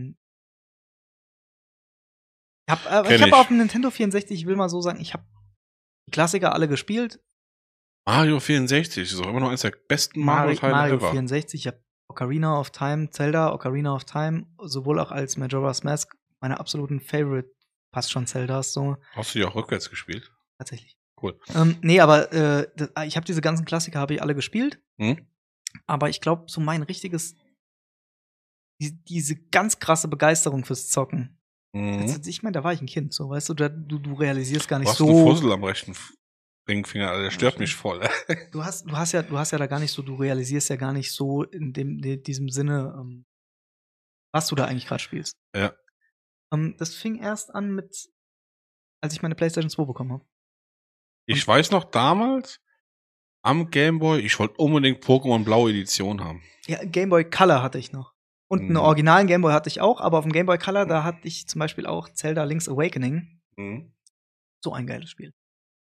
ich habe auf dem Nintendo 64, ich will mal so sagen, ich habe die Klassiker alle gespielt. Mario 64 ist auch immer noch eines der besten Mario-Teile Mario ever. 64, ich habe Ocarina of Time, Zelda, Ocarina of Time, sowohl auch als Majora's Mask, meine absoluten Favorite, passt schon Zeldas so. Hast du die auch rückwärts gespielt? Tatsächlich. Cool. Nee, aber ich habe diese ganzen Klassiker habe ich alle gespielt. Hm? Aber ich glaube, so mein richtiges, diese ganz krasse Begeisterung fürs Zocken. Mhm. Ich meine, da war ich ein Kind, so, weißt du, du realisierst gar Du nicht hast so. einen Fussel am rechten Ringfinger, Alter, der stört Ja, mich voll. Du hast ja da gar nicht so, du realisierst ja gar nicht so in diesem Sinne, was du da eigentlich gerade spielst. Ja. Das fing erst an als ich meine PlayStation 2 bekommen habe. Ich weiß noch damals, am Gameboy, ich wollte unbedingt Pokémon Blaue Edition haben. Ja, Game Boy Color hatte ich noch. Und einen originalen Game Boy hatte ich auch, aber auf dem Game Boy Color, da hatte ich zum Beispiel auch Zelda Link's Awakening. Mhm. So ein geiles Spiel.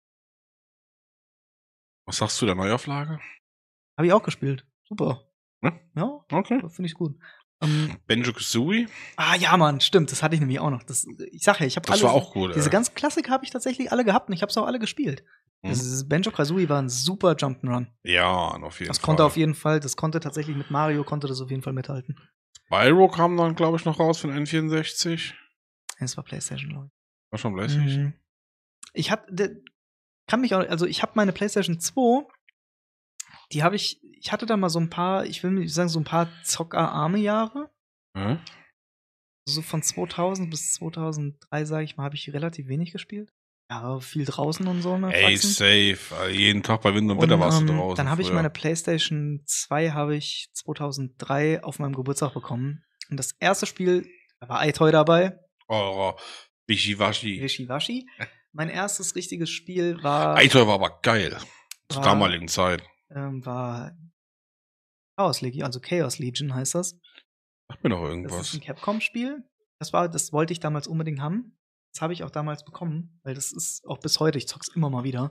Was sagst du der Neuauflage? Habe ich auch gespielt. Super. Ja? Ja, Okay. finde ich gut. Banjo-Kazooie? Ja, Mann, stimmt, das hatte ich nämlich auch noch. Ich sag ja, ich habe Das war auch gut. Diese ganzen Klassiker habe ich tatsächlich alle gehabt und ich habe es auch alle gespielt. Dieses Banjo-Kazooie war ein super Jump'n'Run. Ja, auf jeden Fall. Das konnte auf jeden Fall, das konnte tatsächlich mit Mario, konnte das auf jeden Fall mithalten. Spyro kam dann, glaube ich, noch raus für den N64. Es war PlayStation, glaube ich. War schon PlayStation? Ich habe meine PlayStation 2, ich hatte da mal so ein paar, ich will nicht sagen, so ein paar zockerarme Jahre. Ja? So von 2000 bis 2003, sage ich mal, habe ich relativ wenig gespielt. Ja, viel draußen und so. Ne, Ey, safe. Jeden Tag bei Wind und Wetter warst du draußen. Dann habe ich früher. meine PlayStation 2 habe ich 2003 auf meinem Geburtstag bekommen. Und das erste Spiel, da war iToy dabei. Oh, Wischiwaschi. Wischiwaschi. Mein erstes richtiges Spiel war iToy war aber geil. Zur damaligen Zeit. war Chaos Legion, also Chaos Legion heißt das. Sag mir doch Das irgendwas. ist ein Capcom-Spiel. Das wollte ich damals unbedingt haben. Das habe ich auch damals bekommen, weil das ist auch bis heute, ich zock's immer mal wieder.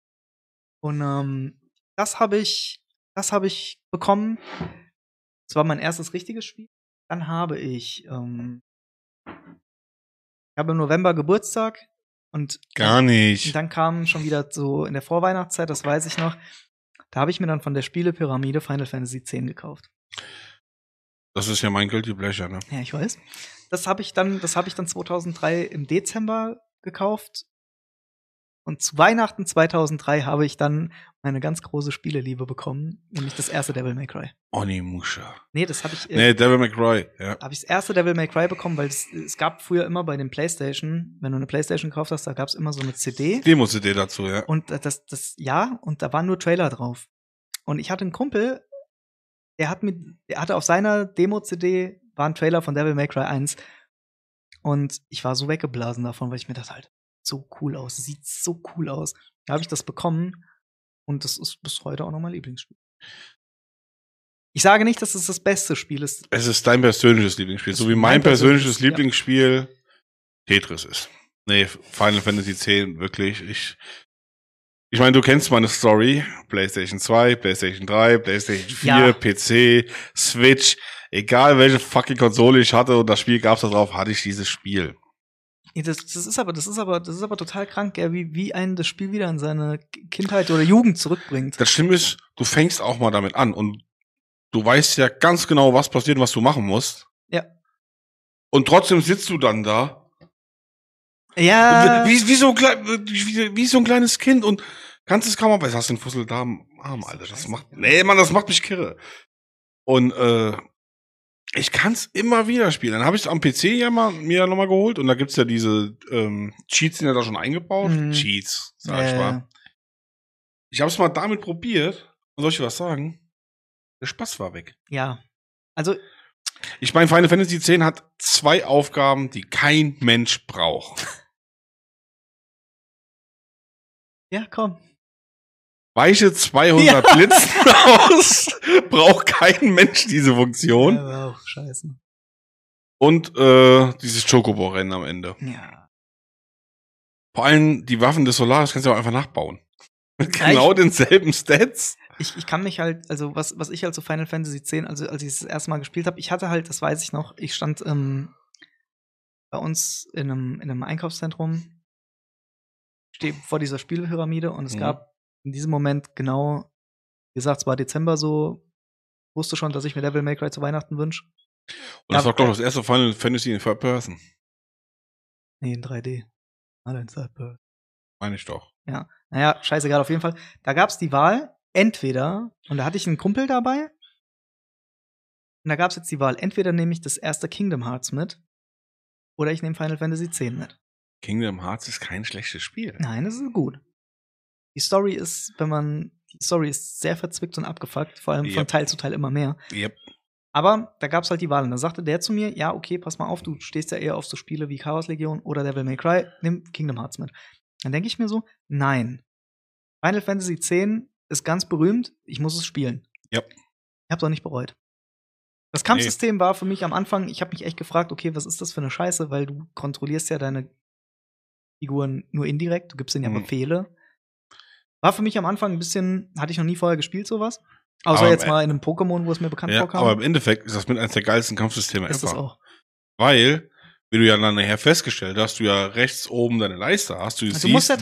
Und das habe ich bekommen. Das war mein erstes richtiges Spiel. Dann habe ich im November Geburtstag und Gar nicht. Und dann kam schon wieder so in der Vorweihnachtszeit, das weiß ich noch. Da habe ich mir dann von der Spielepyramide Final Fantasy X gekauft. Das ist ja mein Guilty Pleasure, ne? Ja, ich weiß. Das habe ich dann 2003 im Dezember gekauft. Und zu Weihnachten 2003 habe ich dann meine ganz große Spieleliebe bekommen, nämlich das erste Devil May Cry. Onimusha. Nee, das habe ich. Devil May Cry, ja. Habe ich das erste Devil May Cry bekommen, weil es gab früher immer bei den PlayStation, wenn du eine PlayStation gekauft hast, da gab es immer so eine CD. Demo-CD dazu, ja. Und und da waren nur Trailer drauf. Und ich hatte einen Kumpel, der hatte auf seiner Demo-CD war ein Trailer von Devil May Cry 1. Und ich war so weggeblasen davon, weil ich mir dachte, halt, so cool aus. Das sieht so cool aus. Da habe ich das bekommen und das ist bis heute auch noch mein Lieblingsspiel. Ich sage nicht, dass es das beste Spiel ist. Es ist dein persönliches Lieblingsspiel, so wie mein persönliches Lieblingsspiel Tetris ist. Nee, Final Fantasy X, wirklich. Ich meine, du kennst meine Story. PlayStation 2, PlayStation 3, PlayStation 4, PC, Switch. Egal welche fucking Konsole ich hatte und das Spiel gab's da drauf, hatte ich dieses Spiel. Das ist aber total krank, gell, wie einen das Spiel wieder in seine Kindheit oder Jugend zurückbringt. Das Schlimme ist, du fängst auch mal damit an und du weißt ja ganz genau, was passiert und was du machen musst. Ja. Und trotzdem sitzt du dann da. Ja. Wie so ein kleines Kind und kannst es kaum ab. Hast du den Fussel da am Arm, Alter. Das macht mich kirre. Und ich kann's immer wieder spielen. Dann habe ich es am PC mir noch mal geholt und da gibt's ja diese Cheats, die sind ja da schon eingebaut. Cheats, sag ich mal. Ich habe es mal damit probiert und soll ich was sagen? Der Spaß war weg. Ja. Also ich meine, Final Fantasy X hat 2 Aufgaben, die kein Mensch braucht. Ja, komm. Weiche 200 Blitzen aus. Braucht kein Mensch diese Funktion. Ja, war auch scheiße. Und dieses Chocobo-Rennen am Ende. Ja. Vor allem die Waffen des Solaris kannst du auch einfach nachbauen. Mit genau denselben Stats. Ich kann mich halt, also was ich halt so Final Fantasy X, also als ich es das erste Mal gespielt habe, ich hatte halt, das weiß ich noch, ich stand bei uns in einem Einkaufszentrum, stehe vor dieser Spielpyramide und es gab in diesem Moment genau, wie gesagt, es war Dezember so, wusste schon, dass ich mir Devil May Cry zu Weihnachten wünsche. Und das war doch das erste Final Fantasy in Third Person. Nee, in 3D. Alle in Third Person. Meine ich doch. Ja, naja, scheißegal, auf jeden Fall. Da gab's die Wahl, entweder, und da hatte ich einen Kumpel dabei, und da gab's jetzt die Wahl, entweder nehme ich das erste Kingdom Hearts mit, oder ich nehme Final Fantasy X mit. Kingdom Hearts ist kein schlechtes Spiel. Nein, es ist gut. Die Story ist sehr verzwickt und abgefuckt, vor allem von Teil zu Teil immer mehr. Yep. Aber da gab's halt die Wahl. Und da sagte der zu mir, ja, okay, pass mal auf, du stehst ja eher auf so Spiele wie Chaos Legion oder Devil May Cry, nimm Kingdom Hearts mit. Dann denke ich mir so, nein. Final Fantasy X ist ganz berühmt, ich muss es spielen. Yep. Ich hab's auch nicht bereut. Das Kampfsystem war für mich am Anfang, ich habe mich echt gefragt, okay, was ist das für eine Scheiße, weil du kontrollierst ja deine Figuren nur indirekt, du gibst ihnen ja Befehle. War für mich am Anfang ein bisschen, hatte ich noch nie vorher gespielt, sowas. Außer aber jetzt mal in einem Pokémon, wo es mir bekannt vorkam. Aber im Endeffekt ist das mit eines der geilsten Kampfsysteme ever. Ist das auch. Weil, wie du ja dann nachher festgestellt hast, du ja rechts oben deine Leiste hast. Du siehst, musst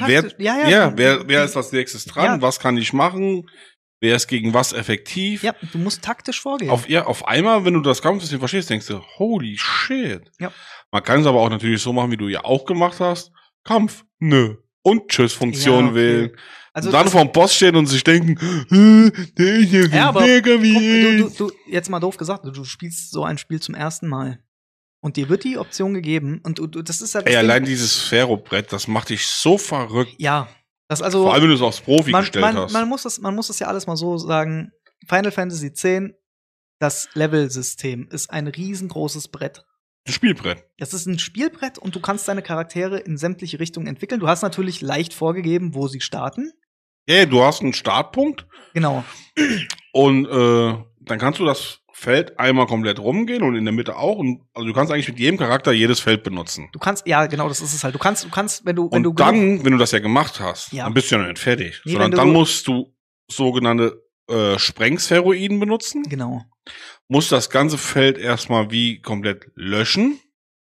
wer ist als nächstes dran, was kann ich machen, wer ist gegen was effektiv. Ja, du musst taktisch vorgehen. Auf einmal, wenn du das Kampfsystem verstehst, denkst du, holy shit. Ja. Man kann es aber auch natürlich so machen, wie du ja auch gemacht hast. Kampf, nö. Und Tschüss-Funktion wählen. Also dann vorm Boss stehen und sich denken, der ist ja mega wie du jetzt mal doof gesagt, du spielst so ein Spiel zum ersten Mal. Und dir wird die Option gegeben und das ist halt. Allein dieses Ferro-Brett, das macht dich so verrückt. Ja. Das also, vor allem, wenn du es aufs Profi gestellt hast. Man muss das ja alles mal so sagen. Final Fantasy X, das Level-System, ist ein riesengroßes Brett. Ein Spielbrett. Das ist ein Spielbrett und du kannst deine Charaktere in sämtliche Richtungen entwickeln. Du hast natürlich leicht vorgegeben, wo sie starten. Ja, du hast einen Startpunkt. Genau. Und dann kannst du das Feld einmal komplett rumgehen und in der Mitte auch. Und also du kannst eigentlich mit jedem Charakter jedes Feld benutzen. Du kannst, ja, genau, das ist es halt. Du kannst, wenn du wenn du das ja gemacht hast, dann bist du ja noch nicht fertig. Nee, sondern dann musst du sogenannte Sprengspheroiden benutzen. Genau. Musst das ganze Feld erstmal wie komplett löschen.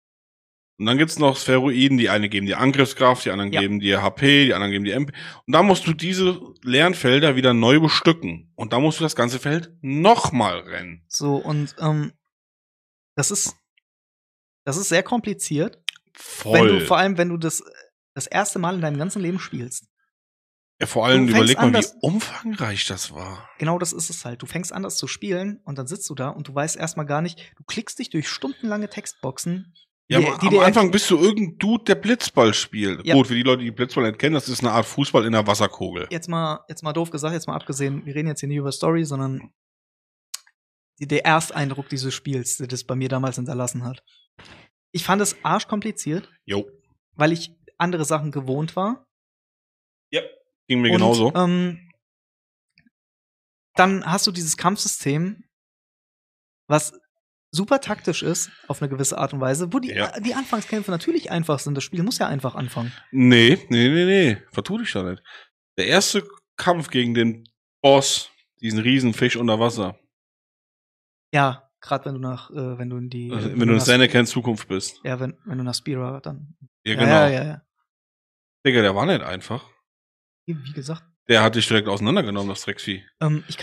Und dann gibt's noch Spheroiden, die eine geben dir Angriffskraft, die anderen geben dir HP, die anderen geben dir MP. Und dann musst du diese leeren Felder wieder neu bestücken. Und dann musst du das ganze Feld nochmal rennen. So, und das ist sehr kompliziert. Voll. Vor allem, wenn du das erste Mal in deinem ganzen Leben spielst. Ja, vor allem Du überleg fängst mal, an, wie umfangreich das war. Genau das ist es halt. Du fängst an, das zu spielen und dann sitzt du da und du weißt erstmal gar nicht, du klickst dich durch stundenlange Textboxen. Ja, am Anfang bist du irgendein Dude, der Blitzball spielt. Ja. Gut, für die Leute, die Blitzball nicht kennen, das ist eine Art Fußball in der Wasserkugel. Jetzt mal doof gesagt, jetzt mal abgesehen, wir reden jetzt hier nicht über Story, sondern der Ersteindruck dieses Spiels, der das bei mir damals hinterlassen hat. Ich fand es arschkompliziert, Jo. weil ich andere Sachen gewohnt war. Ja. Ging mir genauso. Dann hast du dieses Kampfsystem, was super taktisch ist, auf eine gewisse Art und Weise, wo die Anfangskämpfe natürlich einfach sind. Das Spiel muss ja einfach anfangen. Nee. Vertu dich da nicht. Der erste Kampf gegen den Boss, diesen Riesenfisch unter Wasser. Ja, gerade wenn du in die wenn du in Seneca Zukunft bist. Ja, wenn du nach Spira dann. Ja, genau. Ja. Digga, der war nicht einfach. Wie gesagt. Der hat dich direkt auseinandergenommen, das Drecksvieh. Ich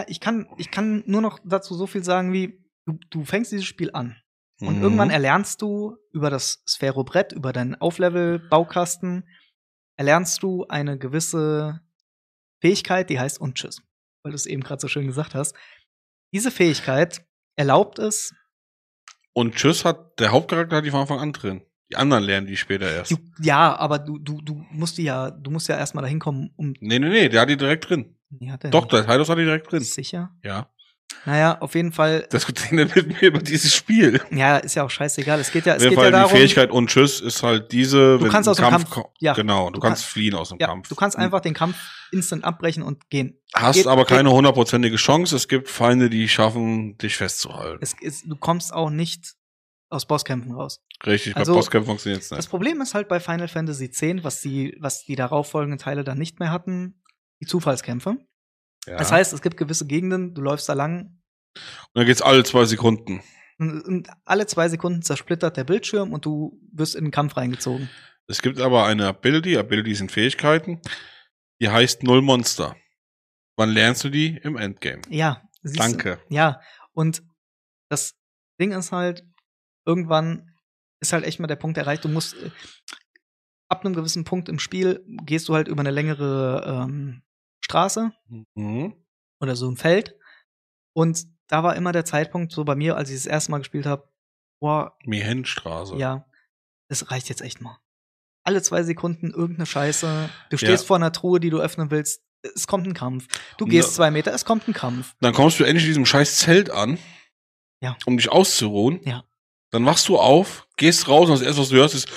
kann nur noch dazu so viel sagen wie, du fängst dieses Spiel an. Und irgendwann erlernst du über das Sphärobrett, über deinen Auflevel-Baukasten, erlernst du eine gewisse Fähigkeit, die heißt Untschüss. Weil du es eben gerade so schön gesagt hast. Diese Fähigkeit erlaubt es. Und Tschüss hat der Hauptcharakter die von Anfang an drin. Die anderen lernen die später erst. Aber du musst ja erstmal dahin kommen, um. Nee, der hat die direkt drin. Nee, hat der Dr. Tidus hat die direkt drin. Sicher? Ja. Naja, auf jeden Fall. Diskutieren mit mir über dieses Spiel. Ja, ist ja auch scheißegal. Es geht ja Die darum. Fähigkeit und Tschüss ist halt diese, du kannst aus dem Kampf. Ja. Genau, du kannst fliehen aus dem Kampf. Du kannst einfach den Kampf instant abbrechen und gehen. Hast aber keine hundertprozentige Chance. Es gibt Feinde, die schaffen, dich festzuhalten. Du kommst auch nicht aus Bosskämpfen raus. Richtig, bei Bosskämpfen funktioniert es nicht. Das Problem ist halt bei Final Fantasy X, was die darauffolgenden Teile dann nicht mehr hatten, die Zufallskämpfe. Ja. Das heißt, es gibt gewisse Gegenden, du läufst da lang. Und dann geht's alle 2 Sekunden. Und alle 2 Sekunden zersplittert der Bildschirm und du wirst in den Kampf reingezogen. Es gibt aber eine Ability sind Fähigkeiten, die heißt Null Monster. Wann lernst du die? Im Endgame. Ja. Danke. Ja, und das Ding ist halt, irgendwann ist halt echt mal der Punkt erreicht, du musst ab einem gewissen Punkt im Spiel gehst du halt über eine längere Straße oder so ein Feld. Und da war immer der Zeitpunkt so bei mir, als ich das erste Mal gespielt habe, boah. Mihenstraße. Ja, das reicht jetzt echt mal. Alle 2 Sekunden irgendeine Scheiße. Du stehst vor einer Truhe, die du öffnen willst. Es kommt ein Kampf. Du gehst 2 Meter, es kommt ein Kampf. Dann kommst du endlich in diesem scheiß Zelt an, um dich auszuruhen. Ja. Dann wachst du auf, gehst raus und das erste, was du hörst, ist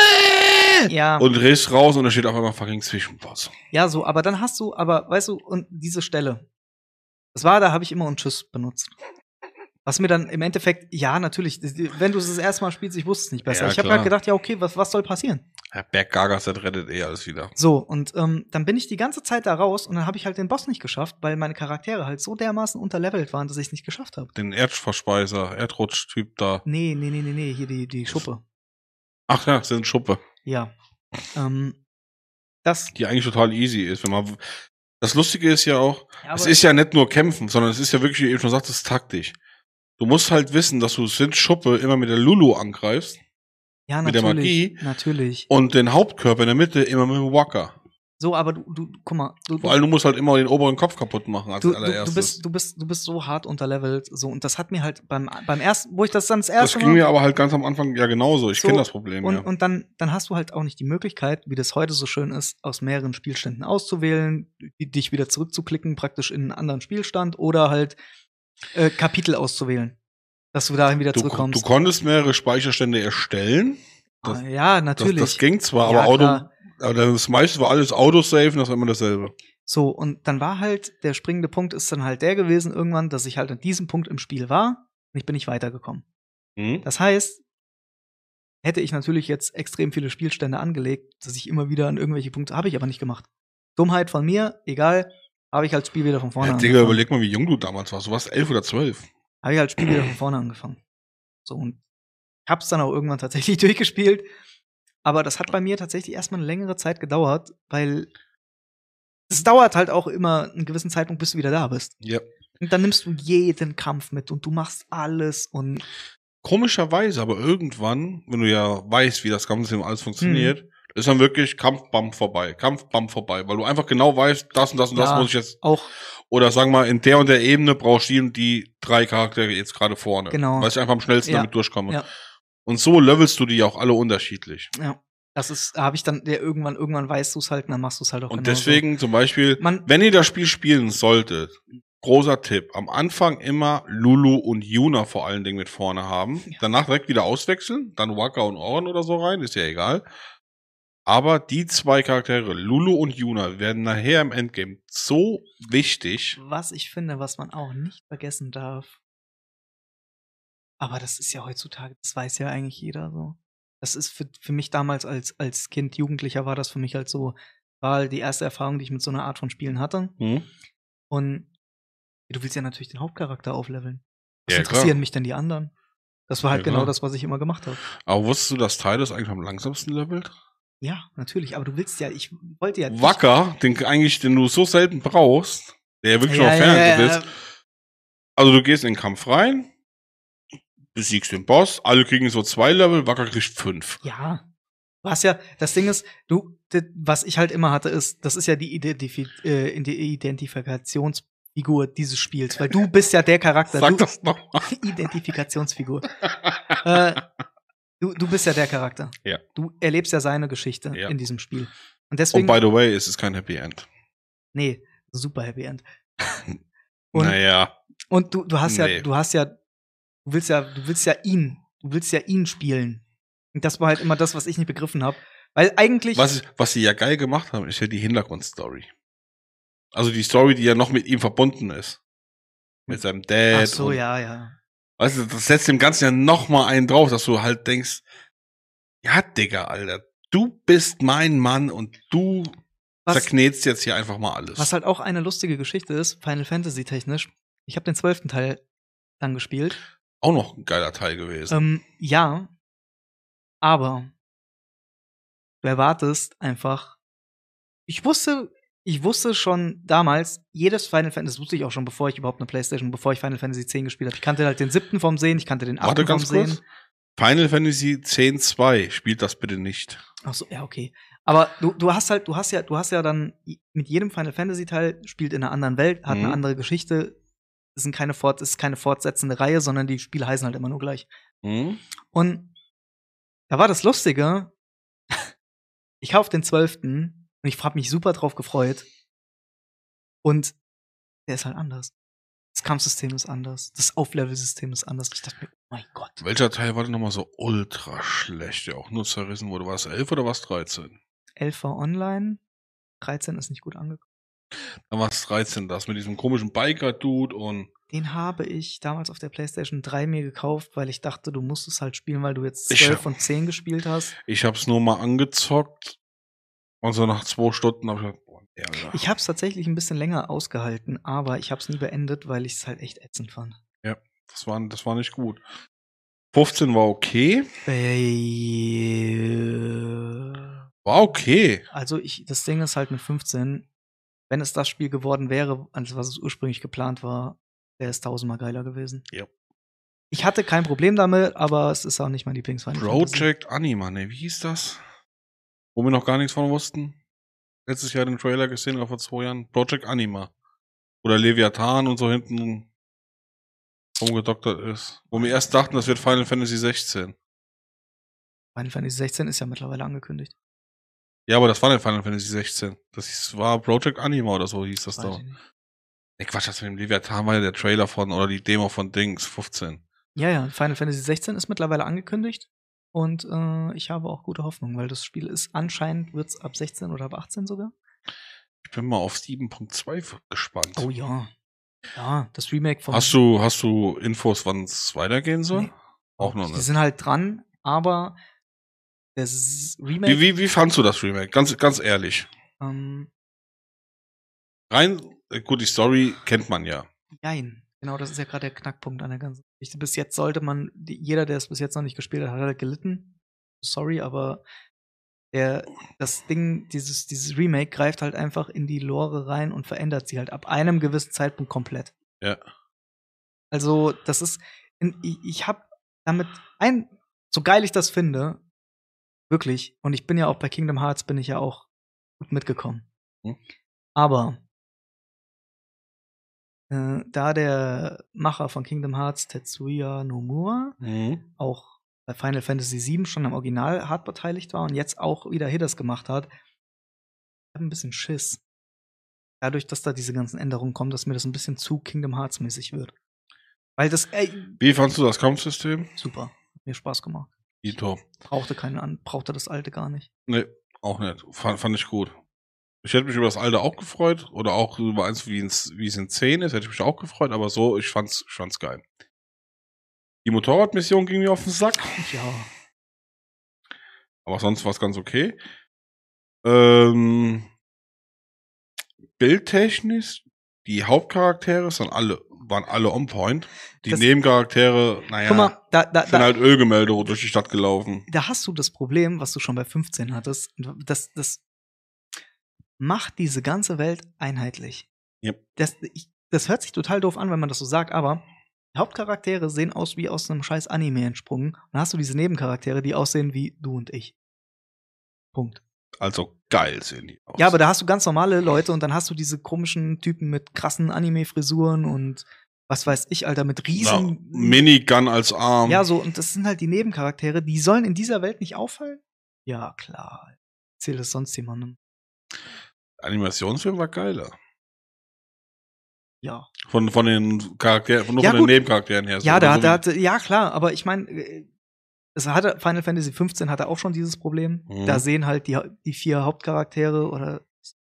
und drehst raus und da steht auf einmal fucking Zwischenboss. Ja, so, aber dann weißt du, und diese Stelle, da habe ich immer Tschüss benutzt. Was mir dann im Endeffekt, ja, natürlich, wenn du es das erste Mal spielst, ich wusste es nicht besser. Ja, ich habe halt gedacht, ja, okay, was soll passieren? Ja, Berggagas, das rettet alles wieder. So, und dann bin ich die ganze Zeit da raus und dann habe ich halt den Boss nicht geschafft, weil meine Charaktere halt so dermaßen unterlevelt waren, dass ich es nicht geschafft habe. Den Erdverspeiser, Erdrutsch-Typ da. Nee, hier die Schuppe. Ach ja, das sind Schuppe. Ja. Die eigentlich total easy ist, wenn man. Das Lustige ist ja auch, es ist ja nicht nur kämpfen, sondern es ist ja wirklich, wie du eben schon sagtest, taktisch. Du musst halt wissen, dass du Schuppe immer mit der Lulu angreifst. Ja, mit der Magie. Natürlich. Und den Hauptkörper in der Mitte immer mit dem Waka. So, aber du guck mal. Vor allem, du musst halt immer den oberen Kopf kaputt machen als allererstes. Du bist so hart unterlevelt. So, und das hat mir halt beim ersten, wo ich das dann das erste Mal. Das ging mir aber halt ganz am Anfang ja genauso. Ich kenne das Problem. Und dann hast du halt auch nicht die Möglichkeit, wie das heute so schön ist, aus mehreren Spielständen auszuwählen, dich wieder zurückzuklicken, praktisch in einen anderen Spielstand oder halt Kapitel auszuwählen. Dass du dahin wieder zurückkommst. Du konntest mehrere Speicherstände erstellen. Ja, natürlich. Das ging zwar, aber das meiste war alles Autosave und das war immer dasselbe. So, und dann war halt, der springende Punkt ist dann halt der gewesen irgendwann, dass ich halt an diesem Punkt im Spiel war und ich bin nicht weitergekommen. Das heißt, hätte ich natürlich jetzt extrem viele Spielstände angelegt, dass ich immer wieder an irgendwelche Punkte, habe ich aber nicht gemacht. Dummheit von mir, egal, habe ich halt das Spiel wieder von vorne angefangen. Digga, überleg mal, wie jung du damals warst. Du warst 11 oder 12. Habe ich halt das Spiel wieder von vorne angefangen. So, und ich hab's dann auch irgendwann tatsächlich durchgespielt. Aber das hat bei mir tatsächlich erstmal eine längere Zeit gedauert, weil es dauert halt auch immer einen gewissen Zeitpunkt, bis du wieder da bist. Ja. Und dann nimmst du jeden Kampf mit und du machst alles und komischerweise, aber irgendwann, wenn du ja weißt, wie das Kampfsystem alles funktioniert, ist dann wirklich Kampf, Bam, vorbei, weil du einfach genau weißt, das und das und das muss ich jetzt auch. Oder sagen wir mal, in der und der Ebene brauchst du die 3 Charaktere jetzt gerade vorne. Genau. Weil ich einfach am schnellsten damit durchkomme. Ja. Und so levelst du die auch alle unterschiedlich. Ja. Habe ich dann irgendwann weißt du es halt, und dann machst du es halt auch Und genauso. deswegen zum Beispiel, wenn ihr das Spiel spielen solltet, großer Tipp, am Anfang immer Lulu und Yuna vor allen Dingen mit vorne haben. Ja. Danach direkt wieder auswechseln, dann Wakka und Oren oder so rein, ist ja egal. Aber die 2 Charaktere, Lulu und Yuna, werden nachher im Endgame so wichtig. Was ich finde, was man auch nicht vergessen darf. Aber das ist ja heutzutage, das weiß ja eigentlich jeder so. Das ist für mich damals als Kind, Jugendlicher war das für mich halt so, war die erste Erfahrung, die ich mit so einer Art von Spielen hatte. Und du willst ja natürlich den Hauptcharakter aufleveln. Was interessieren mich denn die anderen? Das war halt genau das, was ich immer gemacht habe. Aber wusstest du, dass Tidus eigentlich am langsamsten levelt? Ja, natürlich, aber du willst ja, ich wollte ja. Wakka, den du so selten brauchst, der ja wirklich noch fern ist. Also du gehst in den Kampf rein, besiegst den Boss, alle kriegen so 2 Level, Wakka kriegt 5. Ja. Du hast ja, das Ding ist, was ich halt immer hatte, ist, das ist ja die Identifikationsfigur dieses Spiels, weil du bist ja der Charakter. Sag das nochmal. Identifikationsfigur. Du bist ja der Charakter. Ja. Du erlebst ja seine Geschichte in diesem Spiel. Und deswegen. by the way, es ist kein Happy End. Nee, super Happy End. Naja. Und du willst ja ihn spielen. Und das war halt immer das, was ich nicht begriffen habe. Weil eigentlich. Was sie ja geil gemacht haben, ist ja die Hintergrundstory. Also die Story, die ja noch mit ihm verbunden ist. Mit seinem Dad. Ach so, ja. Weißt du, das setzt dem Ganzen ja noch mal einen drauf, dass du halt denkst, ja, Digga, Alter, du bist mein Mann und du zerknetst jetzt hier einfach mal alles. Was halt auch eine lustige Geschichte ist, Final Fantasy technisch. Ich habe den 12. Teil dann gespielt. Auch noch ein geiler Teil gewesen. Ja, aber du erwartest einfach. Ich wusste schon damals, jedes Final Fantasy, das wusste ich auch schon, bevor ich überhaupt eine Playstation, bevor ich Final Fantasy 10 gespielt habe. Ich kannte halt den 7. vom Sehen, ich kannte den 8. vom Sehen. Final Fantasy 10.2 spielt das bitte nicht. Ach so, ja, okay. Aber du hast ja dann mit jedem Final Fantasy Teil spielt in einer anderen Welt, hat eine andere Geschichte, ist keine fortsetzende Reihe, sondern die Spiele heißen halt immer nur gleich. Und da war das Lustige, ich kaufe den 12. und ich habe mich super drauf gefreut. Und der ist halt anders. Das Kampfsystem ist anders. Das Auflevel-System ist anders. Ich dachte mir, oh mein Gott. Welcher Teil war denn nochmal so ultra schlecht, der auch nur zerrissen wurde? War es 11 oder war es 13? 11 war online. 13 ist nicht gut angekommen. Dann war es 13, das mit diesem komischen Biker-Dude und. Den habe ich damals auf der PlayStation 3 mir gekauft, weil ich dachte, du musst es halt spielen, weil du jetzt 12 von 10 gespielt hast. Ich hab's nur mal angezockt. Und so nach 2 Stunden habe ich gedacht, boah, Alter. Ich hab's tatsächlich ein bisschen länger ausgehalten, aber ich hab's nie beendet, weil ich es halt echt ätzend fand. Ja, das war nicht gut. 15 war okay. War okay. Also das Ding ist halt mit 15, wenn es das Spiel geworden wäre, als was es ursprünglich geplant war, wäre es 1000-mal geiler gewesen. Ja. Ich hatte kein Problem damit, aber es ist auch nicht mein Lieblingsfan. Project Anima, ne, wie hieß das? Wo wir noch gar nichts von wussten. Letztes Jahr den Trailer gesehen, oder vor 2 Jahren. Project Anima. Oder Leviathan und so hinten rumgedoktert ist. Wo wir erst dachten, das wird Final Fantasy 16. Final Fantasy 16 ist ja mittlerweile angekündigt. Ja, aber das war nicht Final Fantasy 16. Das war Project Anima oder so hieß das da. Ne, Quatsch, das mit dem Leviathan war ja der Trailer von, oder die Demo von Dings, 15. Ja, Final Fantasy 16 ist mittlerweile angekündigt. Und ich habe auch gute Hoffnung, weil das Spiel ist anscheinend, wird's ab 16 oder ab 18 sogar. Ich bin mal auf 7.2 gespannt. Oh ja. Ja, das Remake von. Hast du Infos, wann es weitergehen soll? Nee. Auch noch nicht. Die sind halt dran, aber das Remake. Wie fandst du das Remake? Ganz ehrlich. Gut, die Story kennt man ja. Nein, genau, das ist ja gerade der Knackpunkt an der ganzen Geschichte. Bis jetzt sollte man, jeder, der es bis jetzt noch nicht gespielt hat, hat halt gelitten. Sorry, aber das Ding, dieses Remake greift halt einfach in die Lore rein und verändert sie halt ab einem gewissen Zeitpunkt komplett. Ja. Also, das ist, ich habe damit so geil ich das finde, Wirklich. Und ich bin ja auch bei Kingdom Hearts bin ich ja auch gut mitgekommen. Hm. Aber da der Macher von Kingdom Hearts, Tetsuya Nomura, auch bei Final Fantasy VII schon am Original hart beteiligt war und jetzt auch wieder Hidders gemacht hat, ich habe ein bisschen Schiss. Dadurch, dass da diese ganzen Änderungen kommen, dass mir das ein bisschen zu Kingdom Hearts-mäßig wird. Weil das, Wie fandst du das Kampfsystem? super. Hat mir Spaß gemacht. Ito. Brauchte das alte gar nicht. Nee, auch nicht. Fand ich gut. Ich hätte mich über das alte auch gefreut. Oder auch über eins, wie es in 10 ist, hätte ich mich auch gefreut. Aber so, ich fand's geil. Die Motorradmission ging mir auf den Sack. Ja. Aber sonst war es ganz okay. Bildtechnisch, die Hauptcharaktere waren alle on point. Die Nebencharaktere, naja, guck mal, sind halt Ölgemälde durch die Stadt gelaufen. Da hast du das Problem, was du schon bei 15 hattest. Das macht diese ganze Welt einheitlich. Yep. Das hört sich total doof an, wenn man das so sagt, aber die Hauptcharaktere sehen aus wie aus einem scheiß Anime entsprungen. Und dann hast du diese Nebencharaktere, die aussehen wie du und ich. Punkt. Also geil sehen die aus. Ja, aber da hast du ganz normale Leute und dann hast du diese komischen Typen mit krassen Anime-Frisuren und was weiß ich, Alter, mit riesen Minigun als Arm. Ja, so, und das sind halt die Nebencharaktere, die sollen in dieser Welt nicht auffallen? Ja, klar. Erzähl das sonst jemandem. Animationsfilm war geiler. Ja. Von den Charakteren, von den Nebencharakteren her. Ja, ja, klar, aber ich meine, Final Fantasy 15 hatte auch schon dieses Problem. Da sehen halt die 4 Hauptcharaktere oder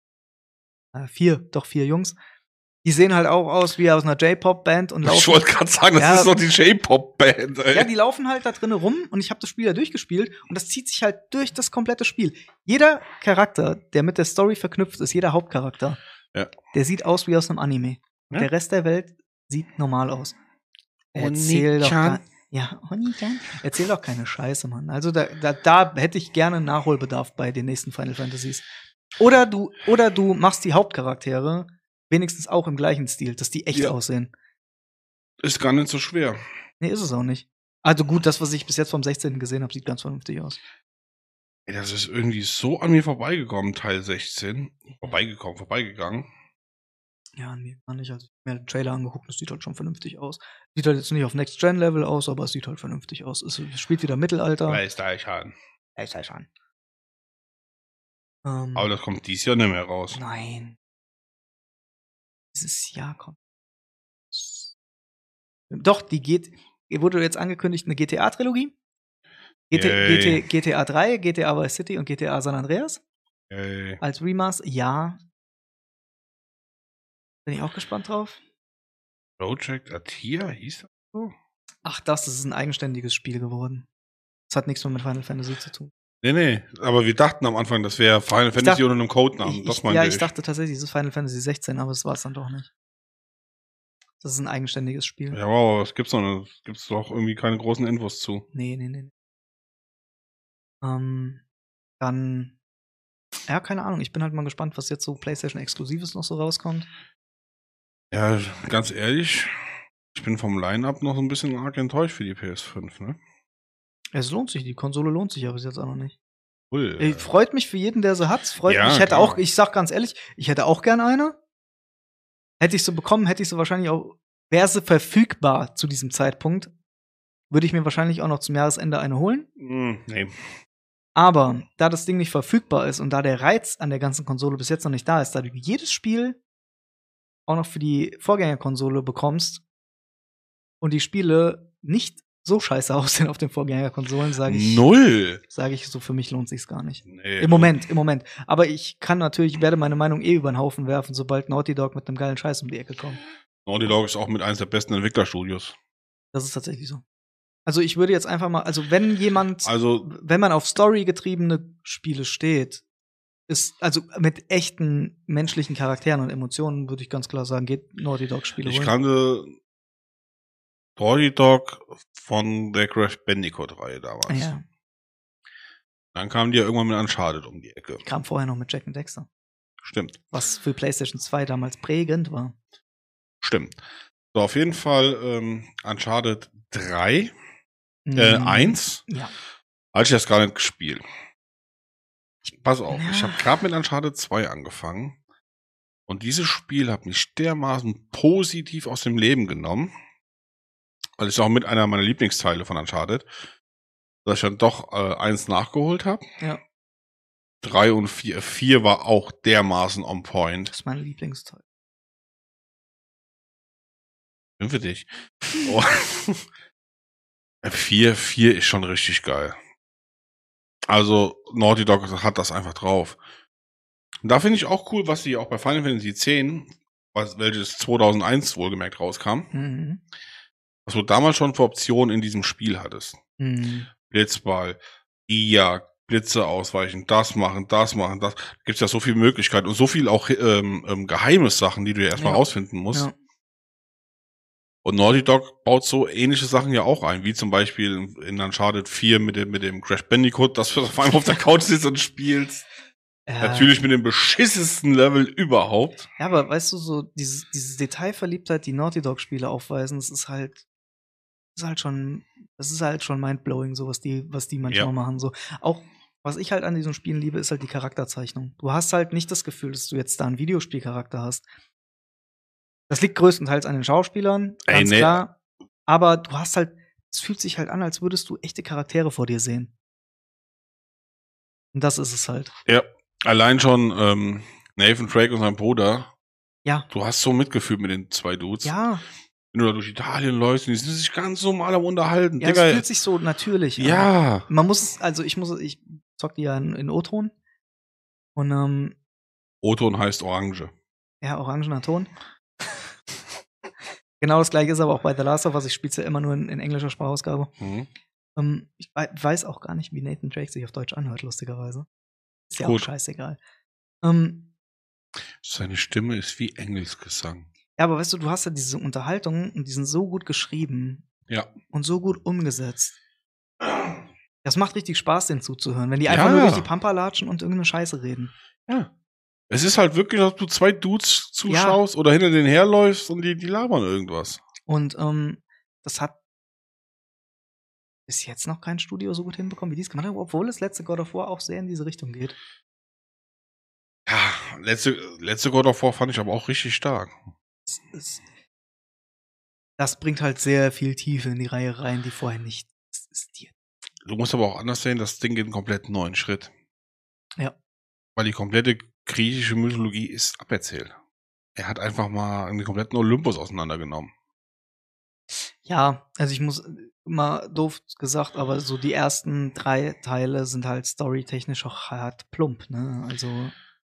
4 Jungs, die sehen halt auch aus wie aus einer J-Pop-Band und laufen. Ich wollte gerade sagen, das ist doch die J-Pop-Band, ey. Ja, die laufen halt da drinnen rum und ich habe das Spiel ja durchgespielt und das zieht sich halt durch das komplette Spiel. Jeder Charakter, der mit der Story verknüpft ist, jeder Hauptcharakter, der sieht aus wie aus einem Anime. Ja? Der Rest der Welt sieht normal aus. Erzähl doch keine Scheiße, Mann. Also da hätte ich gerne Nachholbedarf bei den nächsten Final Fantasies. Oder du machst die Hauptcharaktere wenigstens auch im gleichen Stil, dass die echt aussehen. Ist gar nicht so schwer. Nee, ist es auch nicht. Also gut, das, was ich bis jetzt vom 16. gesehen habe, sieht ganz vernünftig aus. Ey, das ist irgendwie so an mir vorbeigekommen, Teil 16. Vorbeigegangen. Ja, an mir gar nicht. Also ich habe mir den Trailer angeguckt, das sieht halt schon vernünftig aus. Sieht halt jetzt nicht auf Next-Gen-Level aus, aber es sieht halt vernünftig aus. Es spielt wieder Mittelalter. PlayStation. Aber das kommt dieses Jahr nicht mehr raus. Nein. Dieses Jahr kommt. Doch, wurde jetzt angekündigt, eine GTA-Trilogie. GTA 3, GTA Vice City und GTA San Andreas. Als Remaster, ja. Bin ich auch gespannt drauf. Project Atia hieß das so? Ach, das ist ein eigenständiges Spiel geworden. Das hat nichts mehr mit Final Fantasy zu tun. Nee, aber wir dachten am Anfang, das wäre Final Fantasy unter einem Codenamen. Ich dachte tatsächlich, es ist Final Fantasy 16, aber das war es dann doch nicht. Das ist ein eigenständiges Spiel. Ja, wow, es gibt's doch irgendwie keine großen Infos zu. Nee. Dann, ja, keine Ahnung. Ich bin halt mal gespannt, was jetzt so PlayStation-Exklusives noch so rauskommt. Ja, ganz ehrlich, ich bin vom Line-Up noch ein bisschen arg enttäuscht für die PS5, ne? Es lohnt sich, die Konsole lohnt sich aber bis jetzt auch noch nicht. Cool. Freut mich für jeden, der sie hat. Ich sag ganz ehrlich, ich hätte auch gern eine. Hätte ich so bekommen, hätte ich so wahrscheinlich auch, wäre sie verfügbar zu diesem Zeitpunkt, würde ich mir wahrscheinlich auch noch zum Jahresende eine holen. Nee. Aber da das Ding nicht verfügbar ist und da der Reiz an der ganzen Konsole bis jetzt noch nicht da ist, da du jedes Spiel auch noch für die Vorgängerkonsole bekommst und die Spiele nicht so scheiße aussehen auf den Vorgängerkonsolen, sage ich so, für mich lohnt sich's gar nicht. Nee, Im Moment. Aber ich werde meine Meinung über den Haufen werfen, sobald Naughty Dog mit einem geilen Scheiß um die Ecke kommt. Naughty Dog ist auch mit eines der besten Entwicklerstudios. Das ist tatsächlich so. Also ich würde jetzt einfach mal, wenn man auf storygetriebene Spiele steht, also mit echten menschlichen Charakteren und Emotionen, würde ich ganz klar sagen, geht Naughty Dog Spiele Ich kannte Naughty Dog von der Crash Bandicoot-Reihe damals. Ja. Dann kamen die ja irgendwann mit Uncharted um die Ecke. Ich kam vorher noch mit Jack and Dexter. Stimmt. Was für PlayStation 2 damals prägend war. Stimmt. So, auf jeden Fall Uncharted 3. 1. Ja. Hatte ich das gar nicht gespielt. Pass auf, Ja. ich habe gerade mit Uncharted 2 angefangen und dieses Spiel hat mich dermaßen positiv aus dem Leben genommen, weil es auch mit einer meiner Lieblingsteile von Uncharted, dass ich dann doch 1 nachgeholt habe. Ja. 3 und 4. 4 war auch dermaßen on point. Das ist mein Lieblingsteil. Bin für dich. Oh. 4 ist schon richtig geil. Also Naughty Dog hat das einfach drauf. Und da finde ich auch cool, was sie auch bei Final Fantasy X, welches 2001 wohlgemerkt rauskam, Mhm. was du damals schon für Optionen in diesem Spiel hattest. Mhm. Blitzball, Jagd, Blitze ausweichen, das machen, das. Gibt's ja so viele Möglichkeiten und so viel auch geheimes Sachen, die du ja erstmal rausfinden musst. Ja. Und Naughty Dog baut so ähnliche Sachen ja auch ein, wie zum Beispiel in Uncharted 4 mit dem Crash Bandicoot, dass du auf einmal auf der Couch sitzt und spielst. Natürlich mit dem beschissensten Level überhaupt. Ja, aber weißt du, so diese Detailverliebtheit, die Naughty Dog-Spiele aufweisen, das ist halt schon mindblowing, so was die manchmal machen. So auch was ich halt an diesen Spielen liebe, ist halt die Charakterzeichnung. Du hast halt nicht das Gefühl, dass du jetzt da einen Videospielcharakter hast. Das liegt größtenteils an den Schauspielern, ganz klar. Aber du hast halt, es fühlt sich halt an, als würdest du echte Charaktere vor dir sehen. Und das ist es halt. Ja, allein schon Nathan Drake und sein Bruder. Ja. Du hast so mitgefühlt mit den 2 Dudes. Ja. Wenn du da durch Italien läufst, die sind sich ganz normal am Unterhalten. Ja, Digga, es fühlt sich so natürlich an. Ja. Ich zock die ja in O-Ton. Und O-Ton heißt Orange. Ja, orangener Ton. Genau das gleiche ist aber auch bei The Last of Us. Ich spiele es ja immer nur in englischer Sprachausgabe. Mhm. Ich weiß auch gar nicht, wie Nathan Drake sich auf Deutsch anhört, lustigerweise. Ist ja Gut. auch scheißegal. Seine Stimme ist wie Engelsgesang. Ja, aber weißt du hast ja diese Unterhaltungen und die sind so gut geschrieben. Ja. Und so gut umgesetzt. Das macht richtig Spaß, denen zuzuhören, wenn die einfach nur durch die Pampa latschen und irgendeine Scheiße reden. Ja. Es ist halt wirklich, dass du 2 Dudes zuschaust oder hinter denen herläufst und die labern irgendwas. Und das hat bis jetzt noch kein Studio so gut hinbekommen, wie die es gemacht haben, obwohl das letzte God of War auch sehr in diese Richtung geht. Ja, letzte God of War fand ich aber auch richtig stark. Das bringt halt sehr viel Tiefe in die Reihe rein, die vorher nicht existiert. Du musst aber auch anders sehen, das Ding geht einen komplett neuen Schritt. Ja. Weil die komplette griechische Mythologie ist aberzählt. Er hat einfach mal einen kompletten Olympus auseinandergenommen. Ja, also ich muss mal doof gesagt, aber so die ersten 3 Teile sind halt storytechnisch auch hart plump, ne? Also.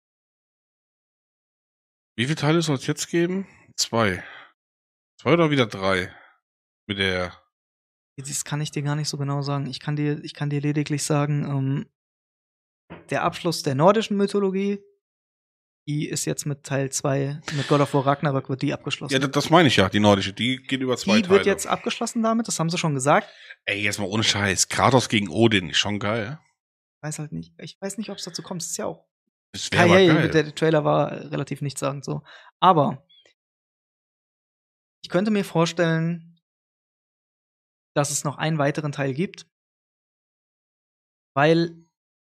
Wie viele Teile soll es jetzt geben? 2. 2 oder wieder 3? Mit der. Das kann ich dir gar nicht so genau sagen. Ich kann dir lediglich sagen, der Abschluss der nordischen Mythologie, die ist jetzt mit Teil 2, mit God of War Ragnarök wird die abgeschlossen. Ja, das meine ich ja, die nordische, die geht über 2 Teile. Die wird jetzt abgeschlossen damit, das haben sie schon gesagt. Ey, jetzt mal ohne Scheiß, Kratos gegen Odin, ist schon geil. Ich weiß nicht, ob es dazu kommt, das ist ja auch. Das wäre geil. Der Trailer war relativ nichtssagend so. Aber ich könnte mir vorstellen, dass es noch einen weiteren Teil gibt, weil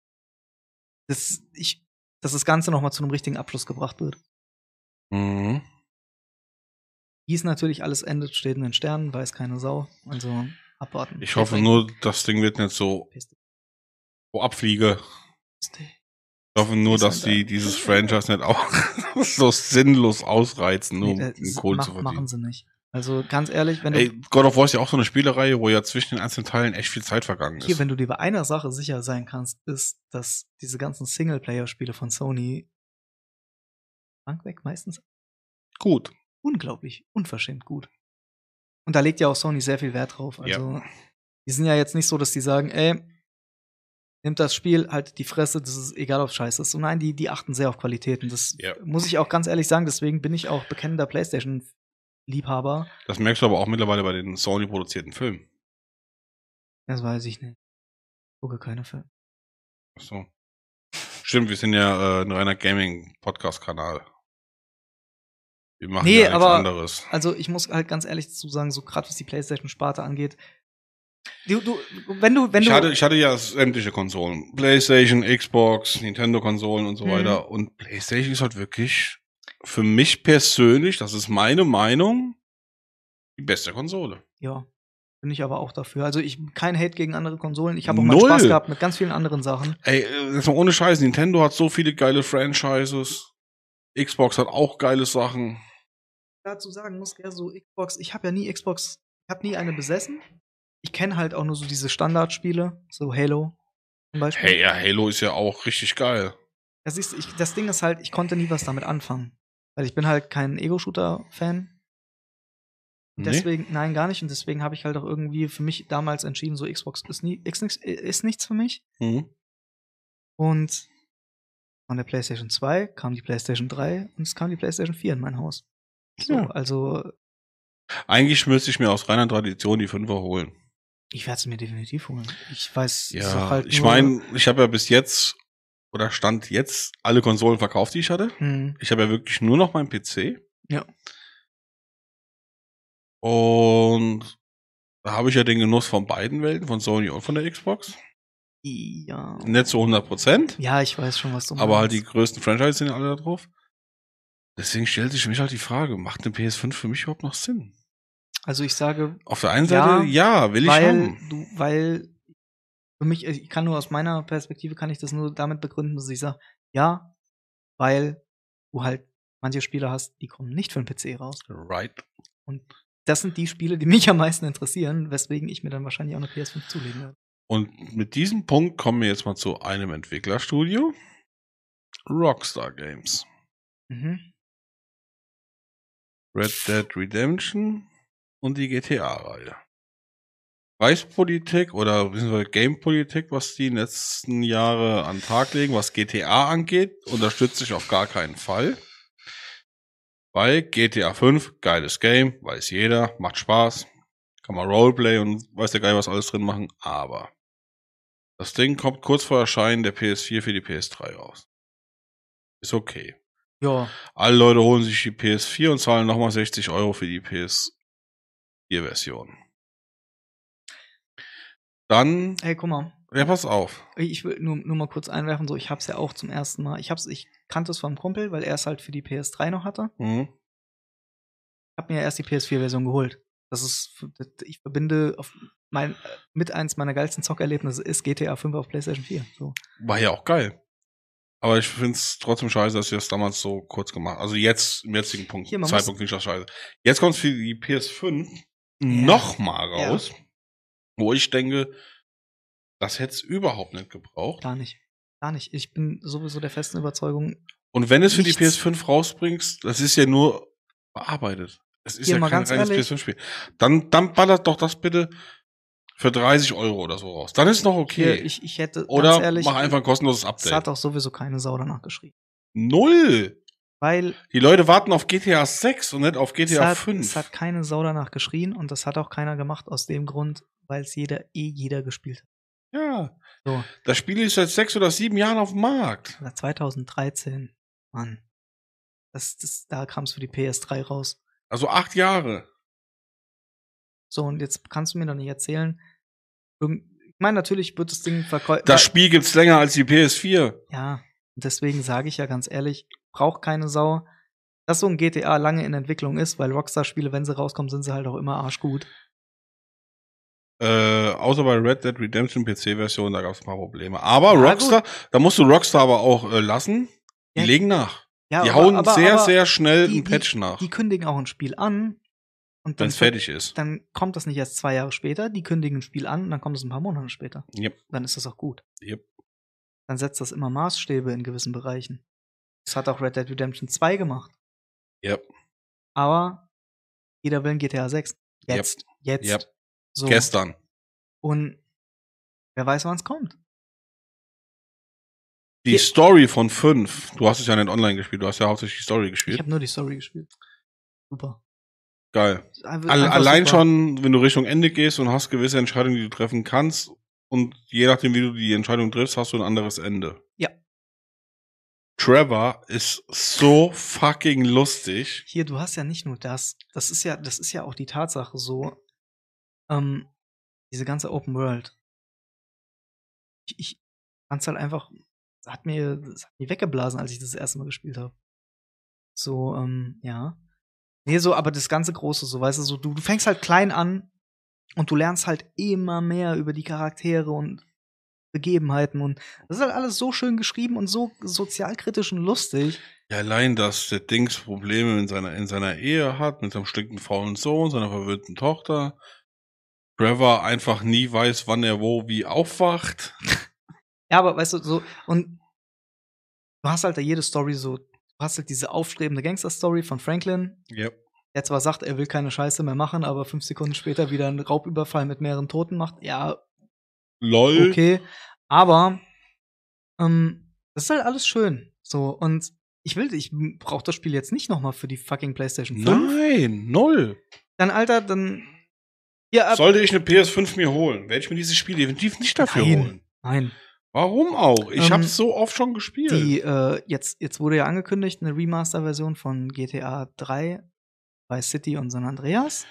dass das Ganze noch mal zu einem richtigen Abschluss gebracht wird. Mhm. Wie es natürlich alles endet, steht in den Sternen, weiß keine Sau. Also abwarten. Ich hoffe nur, das Ding wird nicht so abfliege. Ich hoffe nur, dass die dieses Franchise nicht auch so sinnlos ausreizen, nur um Kohle zu verdienen. Machen sie nicht. Also ganz ehrlich, wenn du God of War ist ja auch so eine Spielereihe, wo ja zwischen den einzelnen Teilen echt viel Zeit vergangen ist. Wenn du dir bei einer Sache sicher sein kannst, ist, dass diese ganzen Singleplayer-Spiele von Sony Bank weg meistens gut. Unglaublich, unverschämt gut. Und da legt ja auch Sony sehr viel Wert drauf. Also die sind ja jetzt nicht so, dass die sagen, ey, nimmt das Spiel, halt die Fresse, das ist egal, ob scheiße ist. Und nein, die achten sehr auf Qualität. Und das muss ich auch ganz ehrlich sagen, deswegen bin ich auch bekennender PlayStation-Liebhaber. Das merkst du aber auch mittlerweile bei den Sony-produzierten Filmen. Das weiß ich nicht. Ich gucke keine Filme. Ach so. Stimmt, wir sind ja ein reiner Gaming-Podcast-Kanal. Wir machen ja nichts anderes. Also ich muss halt ganz ehrlich dazu sagen, so gerade was die PlayStation-Sparte angeht, Ich hatte ja sämtliche Konsolen. PlayStation, Xbox, Nintendo-Konsolen und so weiter. Und PlayStation ist halt wirklich für mich persönlich, das ist meine Meinung, die beste Konsole. Ja, bin ich aber auch dafür. Also kein Hate gegen andere Konsolen. Ich habe auch mal Spaß gehabt mit ganz vielen anderen Sachen. Ey, das mal ohne Scheiß. Nintendo hat so viele geile Franchises. Xbox hat auch geile Sachen. Dazu sagen muss, so Xbox, ich habe ja nie Xbox, ich habe nie eine besessen. Ich kenne halt auch nur so diese Standardspiele, so Halo zum Beispiel. Hey, ja, Halo ist ja auch richtig geil. Das Ding ist halt, ich konnte nie was damit anfangen. Weil ich bin halt kein Ego-Shooter-Fan. Deswegen, nein, gar nicht. Und deswegen habe ich halt auch irgendwie für mich damals entschieden, so Xbox ist nichts für mich. Und von der PlayStation 2 kam die PlayStation 3 und es kam die PlayStation 4 in mein Haus. So, ja. Also eigentlich müsste ich mir aus reiner Tradition die 5er holen. Ich werde es mir definitiv holen. Ich weiß, ja, halt ich meine, ich habe ja bis jetzt oder stand jetzt alle Konsolen verkauft, die ich hatte. Ich habe ja wirklich nur noch meinen PC. Ja. Und da habe ich ja den Genuss von beiden Welten, von Sony und von der Xbox. Ja. Nicht zu 100%. Ja, ich weiß schon, was du meinst. Aber halt die größten Franchises sind ja alle da drauf. Deswegen stellt sich für mich halt die Frage, macht eine PS5 für mich überhaupt noch Sinn? Also ich sage, auf der einen Seite, ja, will ich haben. Weil für mich, ich kann nur aus meiner Perspektive, kann ich das nur damit begründen, dass ich sage, ja, weil du halt manche Spiele hast, die kommen nicht für den PC raus. Right. Und das sind die Spiele, die mich am meisten interessieren, weswegen ich mir dann wahrscheinlich auch eine PS5 zulegen werde. Und mit diesem Punkt kommen wir jetzt mal zu einem Entwicklerstudio. Rockstar Games. Red Dead Redemption und die GTA-Reihe. Preispolitik oder Game-Politik, was die letzten Jahre an den Tag legen, was GTA angeht, unterstütze ich auf gar keinen Fall. Weil GTA 5, geiles Game, weiß jeder, macht Spaß, kann man Roleplay und weiß der Geil was alles drin machen, aber das Ding kommt kurz vor Erscheinen der PS4 für die PS3 raus. Ist okay. Ja. Alle Leute holen sich die PS4 und zahlen nochmal 60 € für die PS4-Version. Dann. Hey, guck mal. Ja, pass auf. Ich will nur mal kurz einwerfen, so, ich hab's ja auch zum ersten Mal. Ich kannte es vom Kumpel, weil er es halt für die PS3 noch hatte. Ich hab mir erst die PS4-Version geholt. Ich verbinde mit eins meiner geilsten Zockerlebnisse ist GTA 5 auf PlayStation 4. So. War ja auch geil. Aber ich find's trotzdem scheiße, dass sie das damals so kurz gemacht haben. Also jetzt, im jetzigen Punkt, Zeitpunkt finde ich das scheiße. Jetzt kommt's für die PS5 nochmal raus, wo ich denke, das hätte es überhaupt nicht gebraucht. Gar nicht. Ich bin sowieso der festen Überzeugung. Und wenn es für die PS5 rausbringst, das ist ja nur bearbeitet. Es ist ja kein reines PS5-Spiel. Dann ballert doch das bitte für 30 € oder so raus. Dann ist noch okay. Ich hätte, oder ganz ehrlich, mach einfach ein kostenloses Update. Es hat auch sowieso keine Sau danach geschrieben. 0! Weil die Leute warten auf GTA 6 und nicht auf GTA 5. Es hat keine Sau danach geschrien und das hat auch keiner gemacht aus dem Grund, weil es jeder gespielt hat. Ja. So. Das Spiel ist seit 6 oder 7 Jahren auf dem Markt. Seit 2013. Mann. Da kam es für die PS3 raus. Also 8 Jahre. So, und jetzt kannst du mir doch nicht erzählen. Ich meine, natürlich wird das Ding verkauft. Das Spiel gibt's länger als die PS4. Ja, deswegen sage ich ja ganz ehrlich, braucht keine Sau. Dass so ein GTA lange in Entwicklung ist, weil Rockstar-Spiele, wenn sie rauskommen, sind sie halt auch immer arschgut. Außer bei Red Dead Redemption PC-Version, da gab es ein paar Probleme. Aber ja, Rockstar, da musst du Rockstar aber auch lassen. Die legen nach. Ja, die hauen sehr schnell einen Patch nach. Die kündigen auch ein Spiel an. Und wenn es fertig ist. Dann kommt das nicht erst 2 Jahre später. Die kündigen ein Spiel an und dann kommt es ein paar Monate später. Yep. Dann ist das auch gut. Yep. Dann setzt das immer Maßstäbe in gewissen Bereichen. Das hat auch Red Dead Redemption 2 gemacht. Yep. Aber jeder will ein GTA 6. Jetzt. Yep. So. Gestern. Und wer weiß, wann es kommt. Die Story von 5, du hast es ja nicht online gespielt, du hast ja hauptsächlich die Story gespielt. Ich habe nur die Story gespielt. Super. Geil. Allein super. Schon, wenn du Richtung Ende gehst und hast gewisse Entscheidungen, die du treffen kannst und je nachdem, wie du die Entscheidung triffst, hast du ein anderes Ende. Ja. Trevor ist so fucking lustig. Hier, du hast ja nicht nur das. Das ist ja auch die Tatsache so. diese ganze Open World. Ich fand's halt einfach, das hat mir weggeblasen, als ich das erste Mal gespielt habe. So, ja. Nee, so, aber das ganze Große, so, weißt du, so, du fängst halt klein an und du lernst halt immer mehr über die Charaktere und Begebenheiten und das ist halt alles so schön geschrieben und so sozialkritisch und lustig. Ja, allein, dass der Dings Probleme in seiner Ehe hat, mit seinem stinkenden faulen Sohn, seiner verwöhnten Tochter. Trevor einfach nie weiß, wann er wo wie aufwacht. Ja, aber weißt du, so, und du hast halt da jede Story so, du hast halt diese aufstrebende Gangster-Story von Franklin, Ja. der zwar sagt, er will keine Scheiße mehr machen, aber 5 Sekunden später wieder einen Raubüberfall mit mehreren Toten macht. Ja, LOL. okay. Aber das ist halt alles schön. So, und ich brauche das Spiel jetzt nicht noch mal für die fucking PlayStation 5. Nein, 0. Dann, Alter, dann. Ja, Sollte ich eine PS5 mir holen, werde ich mir dieses Spiel definitiv nicht dafür holen. Nein. Warum auch? Ich hab's so oft schon gespielt. Jetzt wurde ja angekündigt, eine Remaster-Version von GTA 3 Vice City und San Andreas.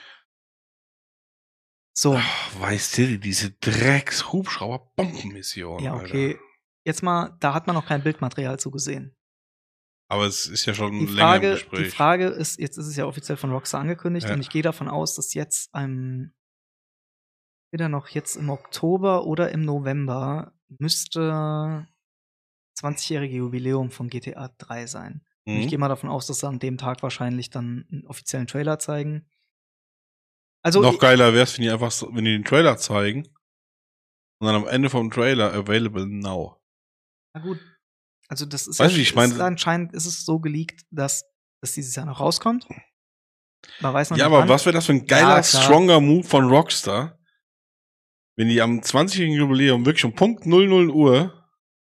So. Vice City, diese Drecks-Hubschrauber-Bombenmission. Ja, okay. Alter. Jetzt mal, da hat man noch kein Bildmaterial zu gesehen. Aber es ist ja schon länger im Gespräch. Die Frage ist, jetzt ist es ja offiziell von Rockstar angekündigt und ich gehe davon aus, dass jetzt wieder noch jetzt im Oktober oder im November müsste 20-jährige Jubiläum von GTA 3 sein. Und ich gehe mal davon aus, dass sie an dem Tag wahrscheinlich dann einen offiziellen Trailer zeigen. Also noch geiler wäre es, wenn die den Trailer zeigen und dann am Ende vom Trailer available now. Na gut. Also das ist anscheinend ist es so geleakt, dass dieses Jahr noch rauskommt. Man weiß noch ja, nicht aber wann. was wäre das für ein geiler, stronger Move von Rockstar, wenn die am 20-jährigen Jubiläum wirklich um Punkt 00 Uhr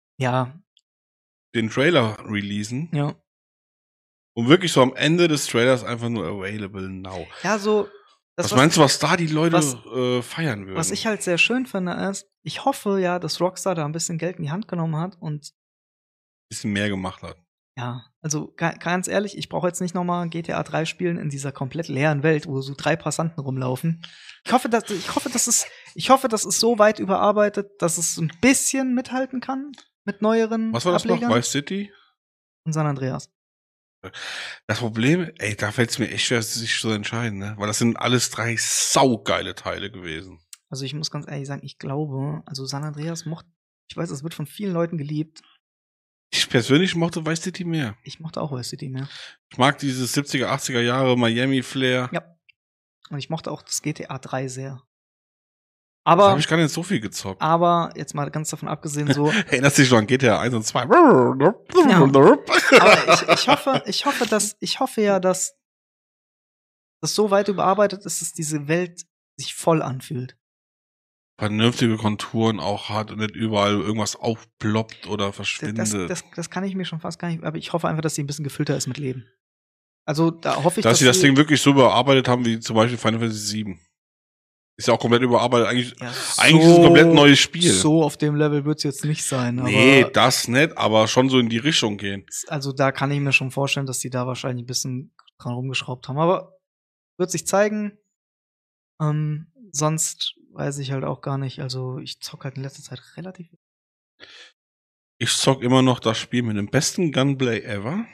den Trailer releasen. Ja. Und wirklich so am Ende des Trailers einfach nur available now. Ja, so. Was meinst du, was da die Leute feiern würden? Was ich halt sehr schön finde, ist, ich hoffe ja, dass Rockstar da ein bisschen Geld in die Hand genommen hat und ein bisschen mehr gemacht hat. Ja, also ganz ehrlich, ich brauche jetzt nicht noch mal GTA 3 spielen in dieser komplett leeren Welt, wo so 3 Passanten rumlaufen. Ich hoffe, das ist so weit überarbeitet, dass es ein bisschen mithalten kann mit neueren Was war das Ablegern. noch? Vice City? Und San Andreas. Das Problem, da fällt es mir echt schwer, sich zu entscheiden, ne? Weil das sind alles 3 saugeile Teile gewesen. Also ich muss ganz ehrlich sagen, ich glaube, also San Andreas ich weiß, es wird von vielen Leuten geliebt. Ich persönlich mochte Vice City mehr. Ich mochte auch Vice City mehr. Ich mag dieses 70er, 80er Jahre Miami-Flair. Ja. Und ich mochte auch das GTA 3 sehr. Aber habe ich gar nicht so viel gezockt. Aber jetzt mal ganz davon abgesehen, so. Erinnerst du dich noch an GTA 1 und 2? Ja. Aber ich hoffe ja, dass das so weit überarbeitet ist, dass diese Welt sich voll anfühlt. Vernünftige Konturen auch hat und nicht überall irgendwas aufploppt oder verschwindet. Das kann ich mir schon fast gar nicht, aber ich hoffe einfach, dass sie ein bisschen gefüllter ist mit Leben. Also da hoffe ich, dass sie das Ding wirklich so überarbeitet haben, wie zum Beispiel Final Fantasy VII. Ist ja auch komplett überarbeitet. Eigentlich ist es ein komplett neues Spiel. So auf dem Level wird es jetzt nicht sein. Nee, das nicht, aber schon so in die Richtung gehen. Also da kann ich mir schon vorstellen, dass die da wahrscheinlich ein bisschen dran rumgeschraubt haben. Aber wird sich zeigen. Sonst weiß ich halt auch gar nicht. Also ich zock halt in letzter Zeit relativ. Ich zock immer noch das Spiel mit dem besten Gunplay ever.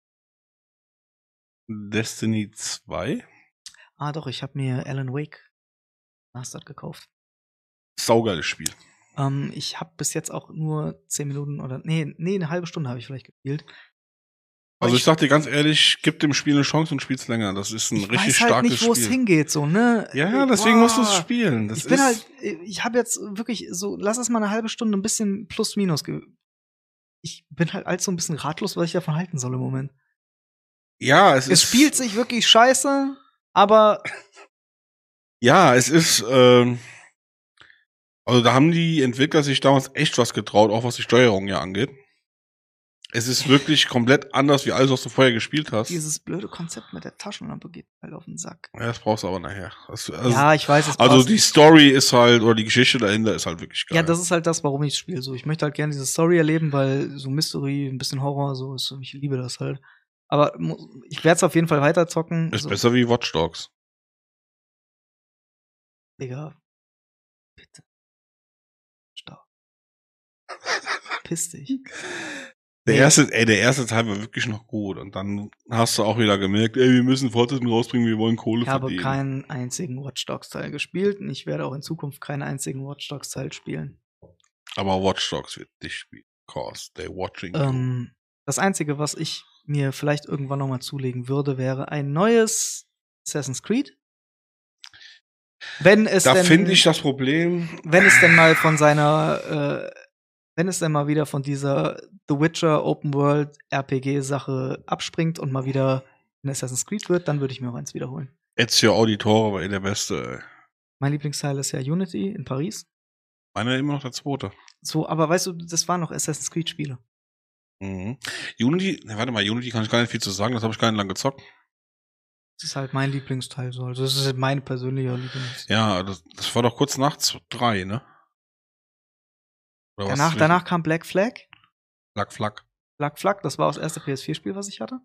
Destiny 2. Ah doch, ich habe mir Alan Wake Remastered gekauft. Saugeiles Spiel. Ich habe bis jetzt auch nur 10 Minuten oder eine halbe Stunde habe ich vielleicht gespielt. Also ich sag dir ganz ehrlich, gib dem Spiel eine Chance und spiel's länger. Das ist ein richtig starkes Spiel. Ich weiß halt nicht, wo es hingeht, so, ne? Ja, deswegen musst du es spielen. Ich habe jetzt wirklich so, lass es mal eine halbe Stunde ein bisschen plus minus. Ich bin halt so ein bisschen ratlos, was ich davon halten soll im Moment. Ja, es spielt sich wirklich scheiße, aber ja, es ist also da haben die Entwickler sich damals echt was getraut, auch was die Steuerung ja angeht. Es ist wirklich komplett anders, wie alles, was du vorher gespielt hast. Dieses blöde Konzept mit der Taschenlampe geht halt auf den Sack. Ja, das brauchst du aber nachher. Ja, ich weiß es. Also die Story ist halt, oder die Geschichte dahinter ist halt wirklich geil. Ja, das ist halt das, warum ich spiele. So, ich möchte halt gerne diese Story erleben, weil so Mystery, ein bisschen Horror, so ist, ich liebe das halt. Aber ich werde es auf jeden Fall weiter zocken. Ist besser wie Watch Dogs. Digga. Bitte. Stark. Piss dich. Der erste Teil war wirklich noch gut. Und dann hast du auch wieder gemerkt, wir müssen Fortsetzung rausbringen, wir wollen Kohle Ich habe verdienen. keinen einzigen Watch Dogs Teil gespielt und ich werde auch in Zukunft keinen einzigen Watch Dogs Teil spielen. Aber Watch Dogs wird nicht spielen. Cause they're watching you. Das Einzige, was ich mir vielleicht irgendwann nochmal zulegen würde, wäre ein neues Assassin's Creed. Wenn es Da denn, finde ich das Problem. wenn es denn mal von seiner, wenn es denn mal wieder von dieser The Witcher Open World RPG Sache abspringt und mal wieder ein Assassin's Creed wird, dann würde ich mir auch eins wiederholen. Ezio Auditore war der Beste, ey. Mein Lieblingsteil ist ja Unity in Paris. Meiner immer noch der zweite. So, aber weißt du, das waren noch Assassin's Creed Spiele. Mhm. Unity kann ich gar nicht viel zu sagen, das habe ich gar nicht lange gezockt. Das ist halt mein Lieblingsteil so. Also das ist halt mein persönlicher Lieblingsteil. Ja, das war doch kurz nach 3, ne? Oder Danach kam Black Flag. Flag. Black Flag, das war das erste PS4-Spiel, was ich hatte.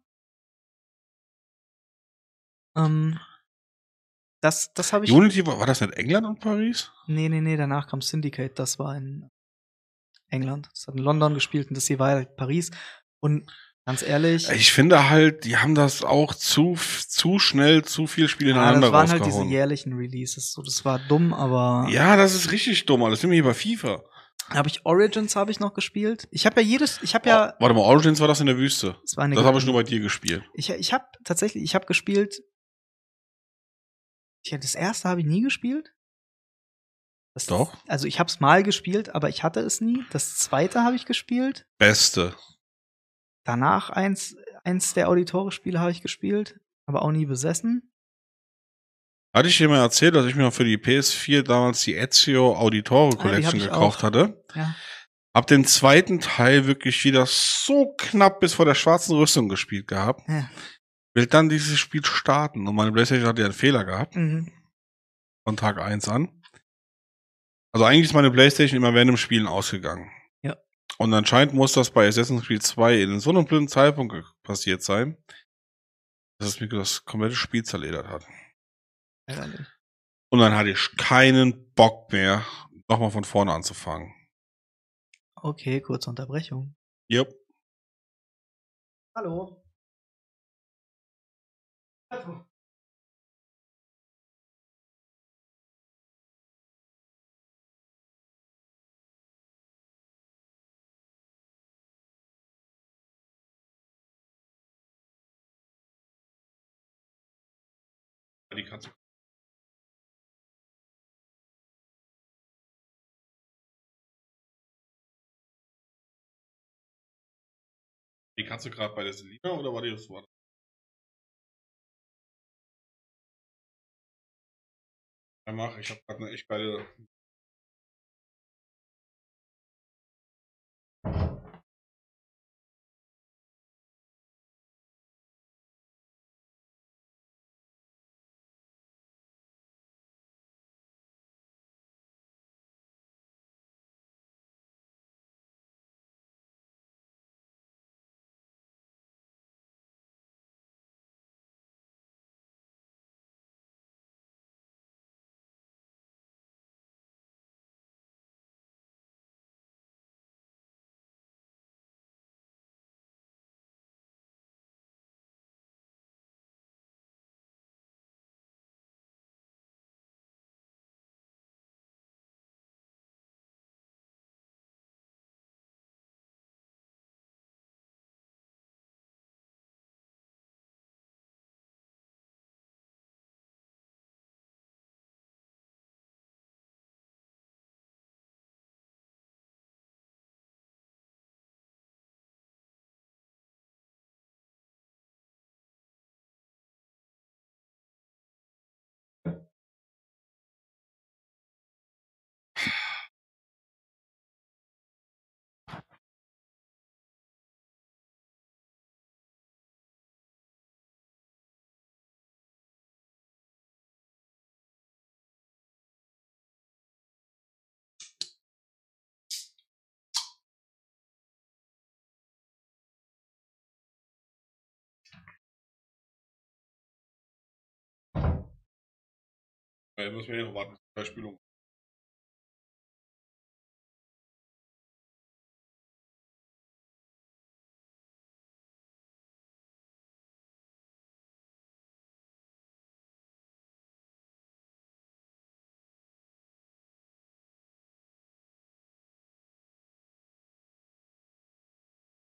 Das habe ich. Unity, war das nicht England und Paris? Nee, danach kam Syndicate, das war in England. Das hat in London gespielt und das hier war halt Paris. Und ganz ehrlich. Ich finde halt, die haben das auch zu schnell, zu viel Spiele ineinander rausgehauen. Das waren halt diese jährlichen Releases. So, das war dumm, aber. Ja, das ist richtig dumm. Das sind wir hier bei FIFA. Origins habe ich noch gespielt. Warte mal, Origins war das in der Wüste. Das habe ich nur bei dir gespielt. Ich habe gespielt. Das erste habe ich nie gespielt. Doch. Also ich habe es mal gespielt, aber ich hatte es nie. Das zweite habe ich gespielt. Beste. Danach eins der Auditore-Spiele habe ich gespielt, aber auch nie besessen. Hatte ich dir mal erzählt, dass ich mir für die PS4 damals die Ezio Auditore Collection gekauft hatte? Ja. Hab den zweiten Teil wirklich wieder so knapp bis vor der schwarzen Rüstung gespielt gehabt. Ja. Will dann dieses Spiel starten und meine PlayStation hat ja einen Fehler gehabt. Mhm. Von Tag 1 an. Also eigentlich ist meine PlayStation immer während dem Spielen ausgegangen. Ja. Und anscheinend muss das bei Assassin's Creed 2 in so einem blöden Zeitpunkt passiert sein, dass es mir das komplette Spiel zerledert hat. Ärgerlich. Und dann hatte ich keinen Bock mehr, nochmal von vorne anzufangen. Okay, kurze Unterbrechung. Yep. Hallo. Hallo. Die Katze. Die Katze gerade bei der Selina oder war die das Wort? Ja, ich habe gerade eine echt geile. Ja, müssen wir hier noch warten. Bei Spülung.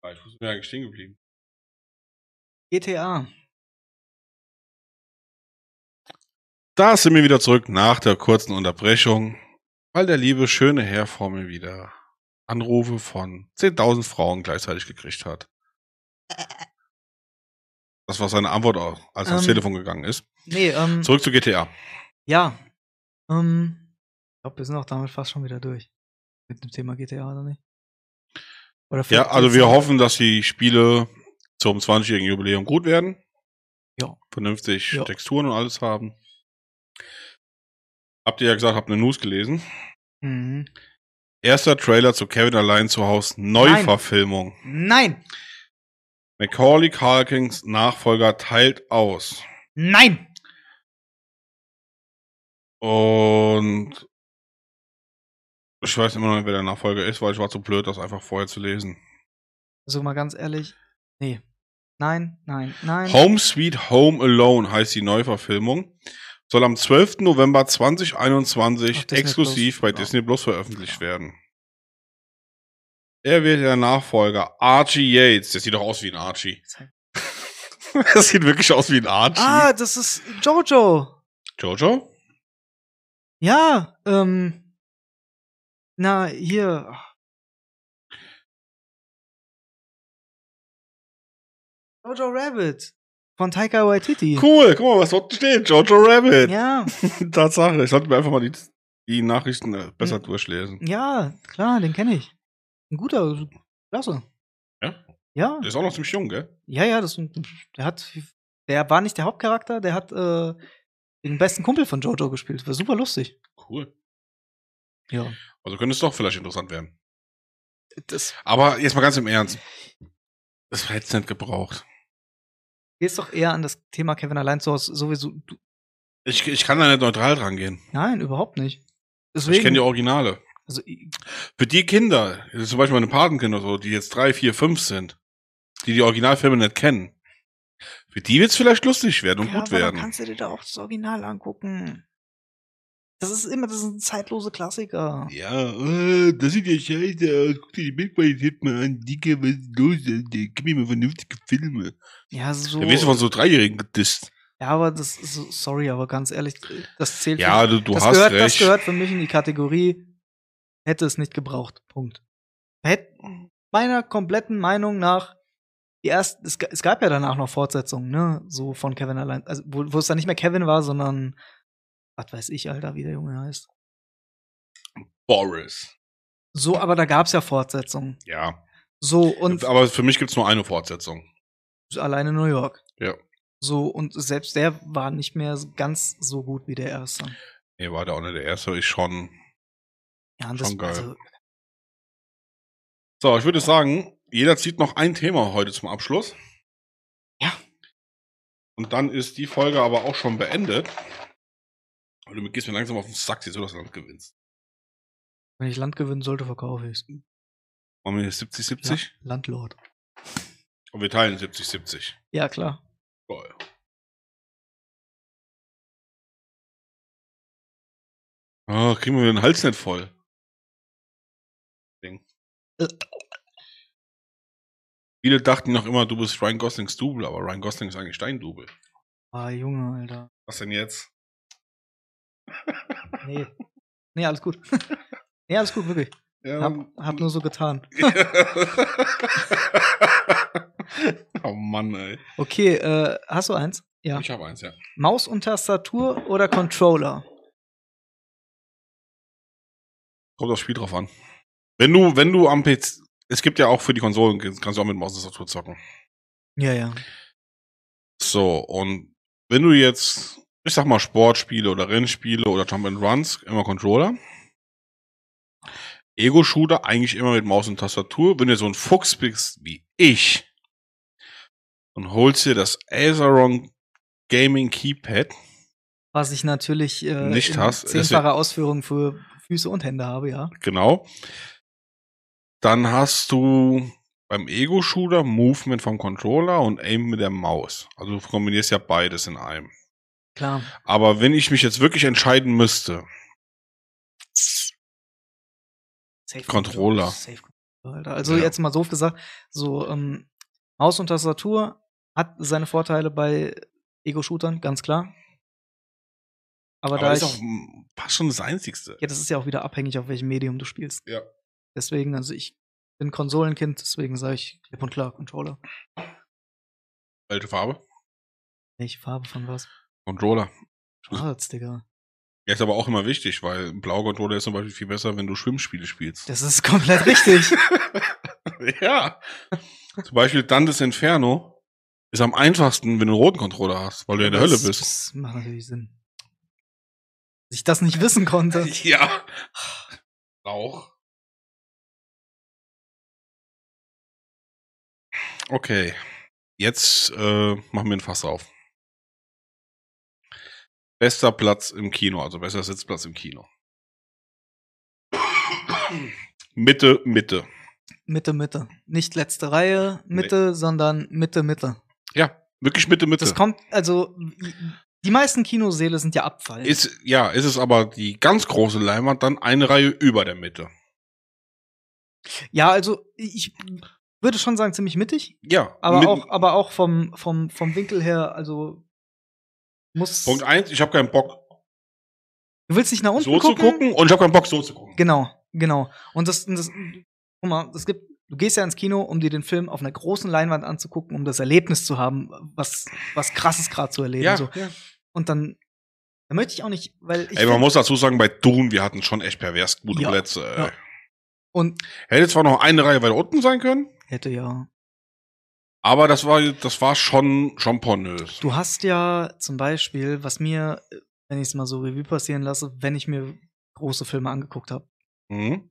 Ich muss mir eigentlich stehen geblieben. GTA. Da sind wir wieder zurück nach der kurzen Unterbrechung, weil der liebe schöne Herr vor mir wieder Anrufe von 10.000 Frauen gleichzeitig gekriegt hat. Das war seine Antwort, als er ans Telefon gegangen ist. Nee, Zurück zu GTA. Ja. Ich glaube, wir sind auch damit fast schon wieder durch. Mit dem Thema GTA, oder nicht? Oder Ja, also wir hoffen, dass die Spiele zum 20-jährigen Jubiläum gut werden. Ja. Vernünftig Texturen und alles haben. Habt ihr ja gesagt, habt eine News gelesen. Mhm. Erster Trailer zu Kevin allein zu Hause. Neuverfilmung. Nein! Macaulay Culkins Nachfolger teilt aus. Nein! Und ich weiß immer noch nicht, wer der Nachfolger ist, weil ich war zu blöd, das einfach vorher zu lesen. Also mal ganz ehrlich, nee. Nein. Home Sweet Home Alone heißt die Neuverfilmung. Soll am 12. November 2021 exklusiv bei Disney Plus veröffentlicht werden. Er wird der Nachfolger Archie Yates. Der sieht doch aus wie ein Archie. Das sieht wirklich aus wie ein Archie. Ah, das ist Jojo. Jojo? Ja, na, hier. Jojo Rabbit. Von Taika Waititi. Cool, guck mal, was dort steht. Jojo Rabbit. Ja. Tatsache. Ich sollte mir einfach mal die Nachrichten besser durchlesen. Ja, klar, den kenne ich. Ein guter, klasse. Ja? Ja. Der ist auch noch ziemlich jung, gell? Ja, der war nicht der Hauptcharakter, der hat den besten Kumpel von Jojo gespielt. War super lustig. Cool. Ja. Also könnte es doch vielleicht interessant werden. Aber jetzt mal ganz im Ernst. Das war jetzt nicht gebraucht. Gehst doch eher an das Thema Kevin allein zu Hause sowieso. Ich kann da nicht neutral dran gehen. Nein, überhaupt nicht. Deswegen, ich kenne die Originale. Also, für die Kinder, zum Beispiel meine Patenkinder, so, die jetzt 3, 4, 5 sind, die Originalfilme nicht kennen, für die wird es vielleicht lustig werden und gut werden. Dann kannst du dir da auch das Original angucken. Das ist ein zeitlose Klassiker. Ja, das sieht ja scheiße aus. Guck dir die Bildqualität mal an. Digga, was ist los? Gib mir mal vernünftige Filme. Ja, so. Da wirst du von so 3-Jährigen gedisst. Ja, aber das ist so, sorry, aber ganz ehrlich, das zählt. Ja, du hast recht. Das gehört für mich in die Kategorie, hätte es nicht gebraucht. Punkt. Meiner kompletten Meinung nach, es gab ja danach noch Fortsetzungen, ne, so von Kevin allein, also wo es dann nicht mehr Kevin war, sondern was weiß ich, Alter, wie der Junge heißt. Boris. So, aber da gab's ja Fortsetzungen. Ja. So, und. Aber für mich gibt's nur eine Fortsetzung. Alleine in New York. Ja. So, und selbst der war nicht mehr ganz so gut wie der erste. Nee, war der auch nicht der erste, ist schon. Ja, und schon das, geil. also, so, ich würde sagen, jeder zieht noch ein Thema heute zum Abschluss. Ja. Und dann ist die Folge aber auch schon beendet. Und du gehst mir langsam auf den Sack, so dass du Land gewinnst. Wenn ich Land gewinnen sollte, verkaufe ich es. Machen wir hier 70-70? Landlord. Und wir teilen 70-70. Ja, klar. Geil. Oh, kriegen wir den Hals nicht voll. Ding. Viele dachten noch immer, du bist Ryan Goslings Double, aber Ryan Gosling ist eigentlich dein Double. Ah, Junge, Alter. Was denn jetzt? Nee, alles gut. Nee, alles gut, wirklich. Ja, hab nur so getan. Oh Mann, ey. Okay, hast du eins? Ja. Ich habe eins, ja. Maus und Tastatur oder Controller? Kommt aufs Spiel drauf an. Wenn du am PC, es gibt ja auch für die Konsolen, kannst du auch mit Maus und Tastatur zocken. Ja. So, und wenn du jetzt, ich sag mal, Sportspiele oder Rennspiele oder Jump-and-Runs, immer Controller. Ego-Shooter eigentlich immer mit Maus und Tastatur. Wenn du so ein Fuchs bist wie ich und holst dir das Azeron Gaming Keypad, was ich natürlich nicht hast, 10-fache Ausführung für Füße und Hände habe, ja. Genau. Dann hast du beim Ego-Shooter Movement vom Controller und Aim mit der Maus. Also du kombinierst ja beides in einem. Klar. Aber wenn ich mich jetzt wirklich entscheiden müsste, Safe Controller. Safe. Alter. Also Ja. jetzt mal doof gesagt, so Maus und Tastatur hat seine Vorteile bei Ego-Shootern, ganz klar. Aber da das ist ich, auch fast schon das Einzigste. ja, das ist ja auch wieder abhängig, auf welchem Medium du spielst. Ja. Deswegen, also ich bin Konsolenkind, deswegen sage ich klipp und klar Controller. Welche Farbe? Welche Farbe von was? Controller. Schwarz, Digga. Ja, ist aber auch immer wichtig, weil ein blauer Controller ist zum Beispiel viel besser, wenn du Schwimmspiele spielst. Das ist komplett richtig. Ja. Zum Beispiel Dantes Inferno ist am einfachsten, wenn du einen roten Controller hast, weil du ja in der Hölle bist. Das macht natürlich Sinn. Dass ich das nicht wissen konnte. Ja. Auch. Okay. Jetzt machen wir ein Fass auf. Bester Platz im Kino, also bester Sitzplatz im Kino. Mitte. Mitte. Nicht letzte Reihe, Mitte, sondern Mitte. Ja, wirklich Mitte. Das kommt, also, die meisten Kinosäle sind ja Abfall. Ist es aber die ganz große Leinwand, dann eine Reihe über der Mitte. Ja, also, ich würde schon sagen, ziemlich mittig. Ja. Aber auch vom Winkel her, also, muss. Punkt 1, ich habe keinen Bock, Du willst nicht nach unten so zu gucken und ich habe keinen Bock, so zu gucken. Genau. Und guck mal, du gehst ja ins Kino, um dir den Film auf einer großen Leinwand anzugucken, um das Erlebnis zu haben, was Krasses gerade zu erleben. Ja, so. ja. Und dann möchte ich auch nicht, weil ich. Ey, man muss dazu sagen, bei Dune, wir hatten schon echt pervers gute Ja, Plätze. ja. Und Hätte zwar noch eine Reihe weiter unten sein können, hätte ja. aber das war schon pornös. Du hast ja zum Beispiel, was mir, wenn ich es mal so Revue passieren lasse, wenn ich mir große Filme angeguckt habe. Mhm.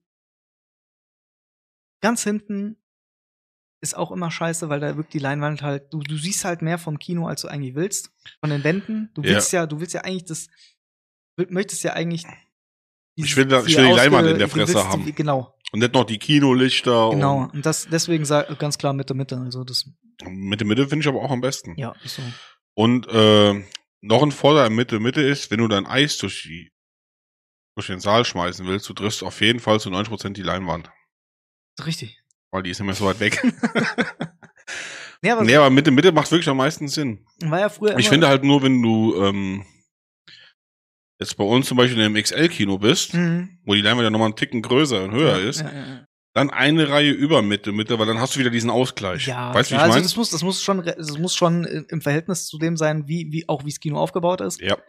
Ganz hinten ist auch immer scheiße, weil da wirkt die Leinwand halt, du siehst halt mehr vom Kino, als du eigentlich willst. Von den Wänden. Du willst ja eigentlich möchtest ja eigentlich Ich will die Leinwand in der Fresse haben. Genau. Und nicht noch die Kinolichter. Genau. Und deswegen ganz klar Mitte. Also das. Mitte finde ich aber auch am besten. Ja, ist so. Und noch ein Vorteil an Mitte ist, wenn du dein Eis durch den Saal schmeißen willst, du triffst auf jeden Fall zu 90% die Leinwand. Richtig. Weil die ist nicht mehr so weit weg. Nee, aber Mitte macht wirklich am meisten Sinn. War ja früher Ich finde halt nur, wenn du jetzt bei uns zum Beispiel in einem XL-Kino bist, wo die Leinwand ja nochmal einen Ticken größer und höher ist, dann eine Reihe über Mitte, weil dann hast du wieder diesen Ausgleich. Ja, weißt du, wie ich meine? Also das muss schon im Verhältnis zu dem sein, wie das Kino aufgebaut ist. Ja.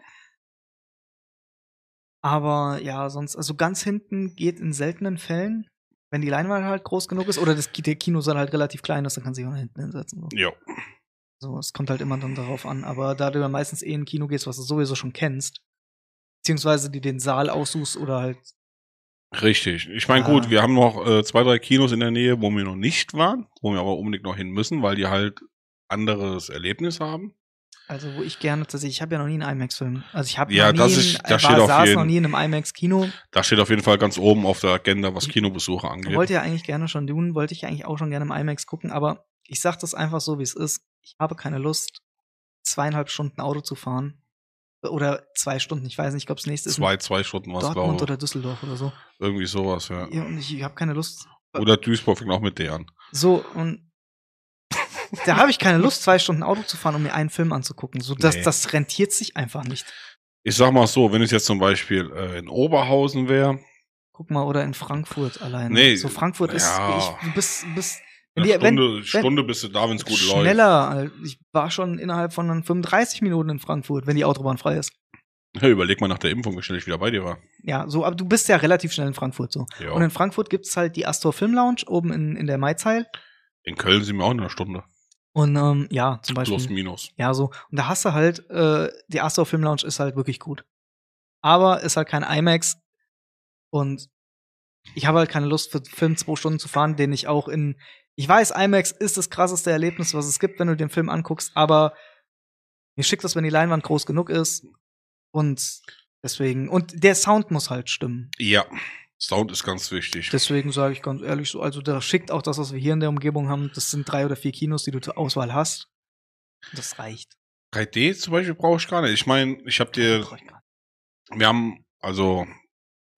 Aber ja, sonst, also ganz hinten geht in seltenen Fällen, wenn die Leinwand halt groß genug ist oder der Kinosaal halt relativ klein ist, dann kann sich auch hinten hinsetzen. So. Ja. So, es kommt halt immer dann darauf an. Aber da du ja meistens in ein Kino gehst, was du sowieso schon kennst, beziehungsweise dir den Saal aussuchst oder halt. Richtig. Ich meine, gut, wir haben noch 2, 3 Kinos in der Nähe, wo wir noch nicht waren, wo wir aber unbedingt noch hin müssen, weil die halt anderes Erlebnis haben. Also, wo ich gerne tatsächlich, ich habe ja noch nie einen IMAX-Film. Also, ich habe saß noch nie in einem IMAX-Kino. Da steht auf jeden Fall ganz oben auf der Agenda, was Kinobesuche angeht. Ich wollte ja eigentlich gerne schon Dune, wollte ich eigentlich auch schon gerne im IMAX gucken, aber ich sag das einfach so, wie es ist. Ich habe keine Lust, 2,5 Stunden Auto zu fahren. Oder 2 Stunden, ich weiß nicht, ob es nächste ist. 2 Stunden was, Dortmund oder Düsseldorf oder so. Irgendwie sowas, ja. Und ich habe keine Lust. Oder Duisburg fängt auch mit D an. So, und da habe ich keine Lust, 2 Stunden Auto zu fahren, um mir einen Film anzugucken. So, das rentiert sich einfach nicht. Ich sag mal so, wenn es jetzt zum Beispiel in Oberhausen wäre. Guck mal, oder in Frankfurt alleine. Nee, so Frankfurt ist, du bist Stunde bist du da, wenn es gut läuft. Schneller. Ich war schon innerhalb von 35 Minuten in Frankfurt, wenn die Autobahn frei ist. Ja, überleg mal nach der Impfung, wie schnell ich wieder bei dir war. Ja, so, aber du bist ja relativ schnell in Frankfurt so. Ja. Und in Frankfurt gibt's halt die Astor Film Lounge oben in der Maizeil. In Köln sind wir auch in einer Stunde. Und ja, zum Beispiel. Plus, minus. Ja, so. Und da hast du halt, die Astor Film Lounge ist halt wirklich gut. Aber ist halt kein IMAX. Und ich habe halt keine Lust, für Film 2 Stunden zu fahren, den ich auch ich weiß, IMAX ist das krasseste Erlebnis, was es gibt, wenn du den Film anguckst, aber mir schickt das, wenn die Leinwand groß genug ist. Und deswegen, und der Sound muss halt stimmen. Ja, Sound ist ganz wichtig. Deswegen sage ich ganz ehrlich so, also da schickt auch das, was wir hier in der Umgebung haben, das sind 3 oder 4 Kinos, die du zur Auswahl hast. Das reicht. 3D zum Beispiel brauche ich gar nicht. Ich meine, wir haben, also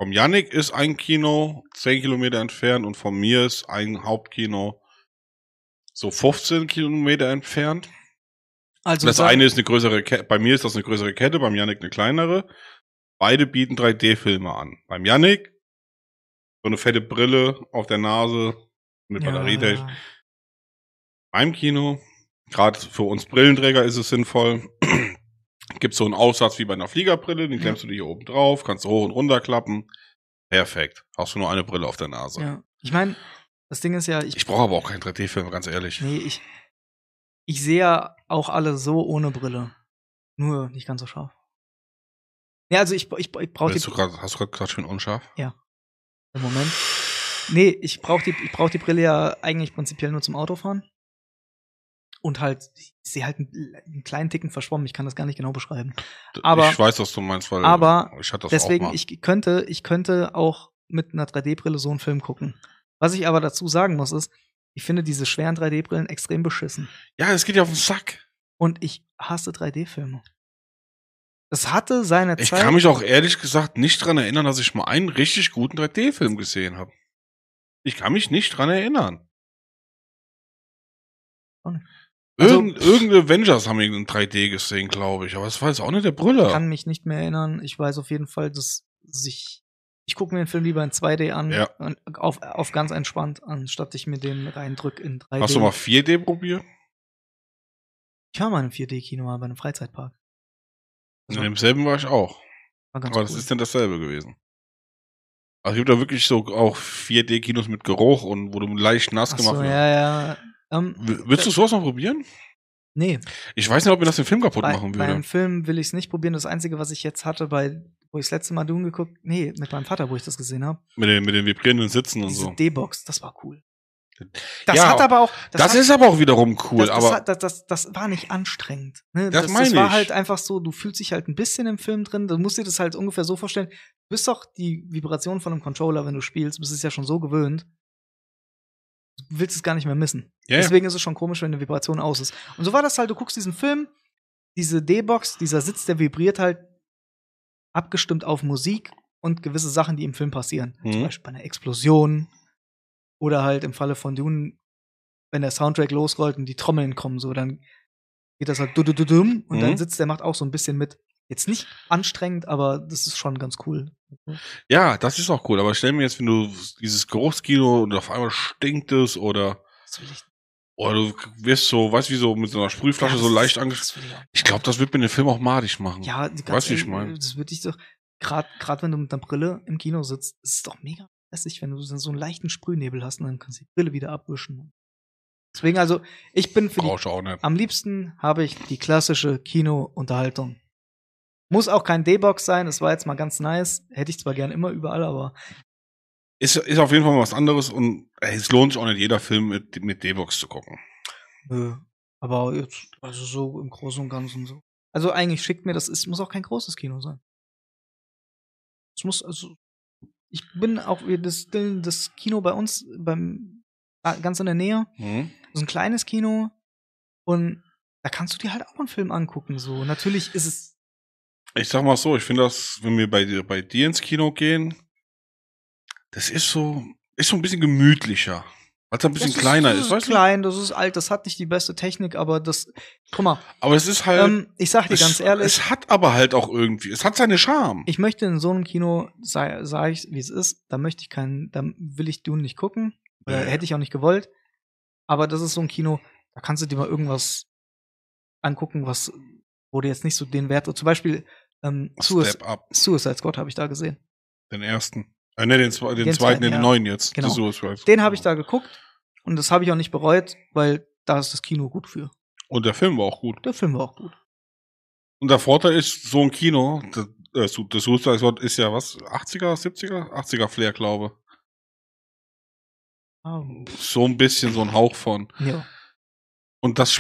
Vom Yannick ist ein Kino 10 Kilometer entfernt und von mir ist ein Hauptkino so 15 Kilometer entfernt. Also Das eine ist eine größere Kette, bei mir ist das eine größere Kette, beim Yannick eine kleinere. Beide bieten 3D-Filme an. Beim Yannick so eine fette Brille auf der Nase mit Batterietechnik. ja. Beim Kino, gerade für uns Brillenträger ist es sinnvoll, gibt so einen Aussatz wie bei einer Fliegerbrille, den klemmst du dir hier oben drauf, kannst du hoch und runter klappen. Perfekt. Hast du nur eine Brille auf der Nase. Ja. Ich meine, das Ding ist ja, Ich brauche aber auch keinen 3D-Film, ganz ehrlich. nee, ich sehe ja auch alle so ohne Brille. Nur nicht ganz so scharf. Ja, also ich brauche die Hast du gerade gesagt, schön unscharf? im Moment. Nee, ich brauch die Brille ja eigentlich prinzipiell nur zum Autofahren. Und halt, ich sehe halt einen kleinen Ticken verschwommen, ich kann das gar nicht genau beschreiben. Aber ich weiß, was du meinst, weil ich hatte das deswegen, auch mal. ich könnte auch mit einer 3D-Brille so einen Film gucken. Was ich aber dazu sagen muss, ist, ich finde diese schweren 3D-Brillen extrem beschissen. Ja, es geht ja auf den Sack. Und ich hasse 3D-Filme. Das hatte seine Ich Zeit. kann mich auch ehrlich gesagt nicht dran erinnern, dass ich mal einen richtig guten 3D-Film gesehen habe. Ich kann mich nicht dran erinnern. Also, Irgendeine Avengers haben wir in 3D gesehen, glaube ich. Aber das war jetzt auch nicht der Brüller. Ich kann mich nicht mehr erinnern. Ich weiß auf jeden Fall, dass ich gucke mir den Film lieber in 2D an, Ja. und auf ganz entspannt, anstatt ich mir den reindrück in 3D. Hast du mal 4D probiert? Ich war mal in einem 4D-Kino, bei einem Freizeitpark. In demselben war ich auch. War ganz Aber cool. das ist denn dasselbe gewesen. Also es gibt da wirklich so auch 4D-Kinos mit Geruch und wo du leicht nass Ach gemacht so, wirst. ja. Willst du sowas mal probieren? Nee. Ich weiß nicht, ob mir das den Film kaputt machen Bei würde. einem Film will ich es nicht probieren. Das Einzige, was ich jetzt hatte, wo ich das letzte Mal Dune geguckt, mit meinem Vater, wo ich das gesehen habe. Mit den vibrierenden Sitzen und Diese so. D-Box, das war cool. Das Ja, hat aber auch. Das ist aber auch wiederum cool, das war nicht anstrengend. Ne? Das meine war ich. halt einfach so, du fühlst dich halt ein bisschen im Film drin. Du musst dir das halt ungefähr so vorstellen. Du bist doch die Vibration von einem Controller, wenn du spielst. Du bist es ja schon so gewöhnt. Du willst es gar nicht mehr missen. Ja, Deswegen ist es schon komisch, wenn eine Vibration aus ist. Und so war das halt, du guckst diesen Film, diese D-Box, dieser Sitz, der vibriert halt abgestimmt auf Musik und gewisse Sachen, die im Film passieren. Mhm. Zum Beispiel bei einer Explosion oder halt im Falle von Dune, wenn der Soundtrack losrollt und die Trommeln kommen, so, dann geht das halt und dann sitzt der, macht auch so ein bisschen mit. Jetzt nicht anstrengend, aber das ist schon ganz cool. Ja, das ist auch cool. Aber stell mir jetzt, wenn du dieses Geruchskino und auf einmal stinkt es oder du wirst so, weißt du, wie so mit so einer Sprühflasche so leicht angeschlossen. Ich glaube, das wird mir den Film auch madig machen. Ja, weißt du, wie ich meine? Das würde ich doch, gerade wenn du mit einer Brille im Kino sitzt, ist es doch mega lässig, wenn du so einen leichten Sprühnebel hast und dann kannst du die Brille wieder abwischen. Deswegen, also, ich bin am liebsten habe ich die klassische Kino-Unterhaltung. Muss auch kein D-Box sein, es war jetzt mal ganz nice. Hätte ich zwar gern immer überall, aber. Ist auf jeden Fall mal was anderes und es lohnt sich auch nicht, jeder Film mit D-Box zu gucken. Nö. Aber jetzt, also so im Großen und Ganzen so. Also eigentlich schickt mir das, muss auch kein großes Kino sein. Es muss, also, ich bin auch, das Kino bei uns, ganz in der Nähe, so ein kleines Kino und da kannst du dir halt auch einen Film angucken, so. Natürlich ist es. Ich sag mal so, ich finde das, wenn wir bei dir ins Kino gehen, das ist so ein bisschen gemütlicher. Weil es ein bisschen kleiner ist. Das ist klein, das ist alt, das hat nicht die beste Technik, aber guck mal. Aber es ist halt. Ich sag dir ganz ehrlich. Es hat aber halt auch irgendwie, es hat seine Charme. Ich möchte in so einem Kino, sag ich, wie es ist, da will ich Dune nicht gucken. Oder hätte ich auch nicht gewollt. Aber das ist so ein Kino, da kannst du dir mal irgendwas angucken, wo du jetzt nicht so den Wert, zum Beispiel Suicide Squad habe ich da gesehen. Den ersten. Den zweiten, den neuen jetzt. Genau. Den habe ich da geguckt und das habe ich auch nicht bereut, weil da ist das Kino gut für. Und der Film war auch gut. Und der Vorteil ist, so ein Kino, das Suicide Squad ist ja was? 80er, 70er? 80er Flair, glaube. So ein bisschen so ein Hauch von. Ja. Und das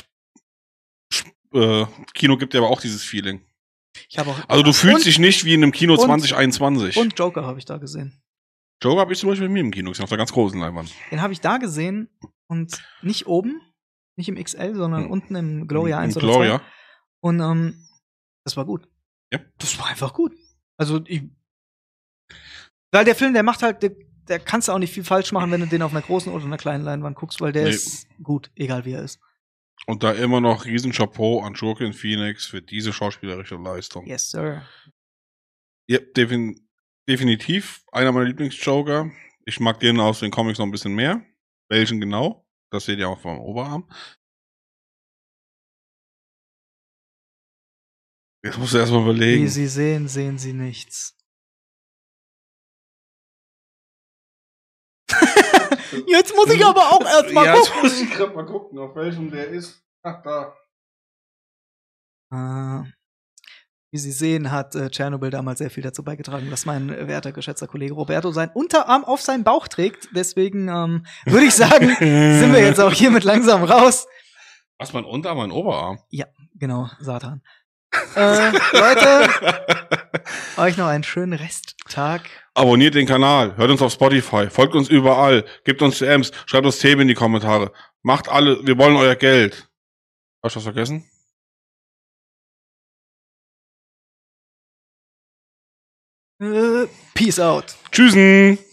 Kino gibt ja aber auch dieses Feeling. Also du fühlst dich nicht wie in einem Kino 2021. Und Joker habe ich da gesehen. Joker habe ich zum Beispiel mit mir im Kino gesehen, auf der ganz großen Leinwand. Den habe ich da gesehen und nicht oben, nicht im XL, sondern unten im Gloria 1 oder 2. Und das war gut. Ja. Das war einfach gut. Also Weil der Film, der macht halt, der kannst du auch nicht viel falsch machen, wenn du den auf einer großen oder einer kleinen Leinwand guckst, weil der ist gut, egal wie er ist. Und da immer noch riesen Chapeau an Joaquin Phoenix für diese schauspielerische Leistung. Yes, sir. Ja, definitiv einer meiner Lieblingsjoker. Ich mag den aus den Comics noch ein bisschen mehr. Welchen genau? Das seht ihr auch vom Oberarm. Jetzt musst du erstmal überlegen. Wie Sie sehen, sehen Sie nichts. Jetzt muss ich aber auch erstmal gucken. Jetzt muss ich gerade mal gucken, auf welchem der ist. Ach, da. Wie Sie sehen, hat Tschernobyl damals sehr viel dazu beigetragen, dass mein werter, geschätzter Kollege Roberto seinen Unterarm auf seinen Bauch trägt. Deswegen würde ich sagen, sind wir jetzt auch hiermit langsam raus. Was, mein Unterarm, mein Oberarm? Ja, genau, Satan. Leute, euch noch einen schönen Resttag. Abonniert den Kanal, hört uns auf Spotify, folgt uns überall, gebt uns DMs, schreibt uns Themen in die Kommentare. Macht alle, wir wollen euer Geld. Hast du was vergessen? Peace out. Tschüssen.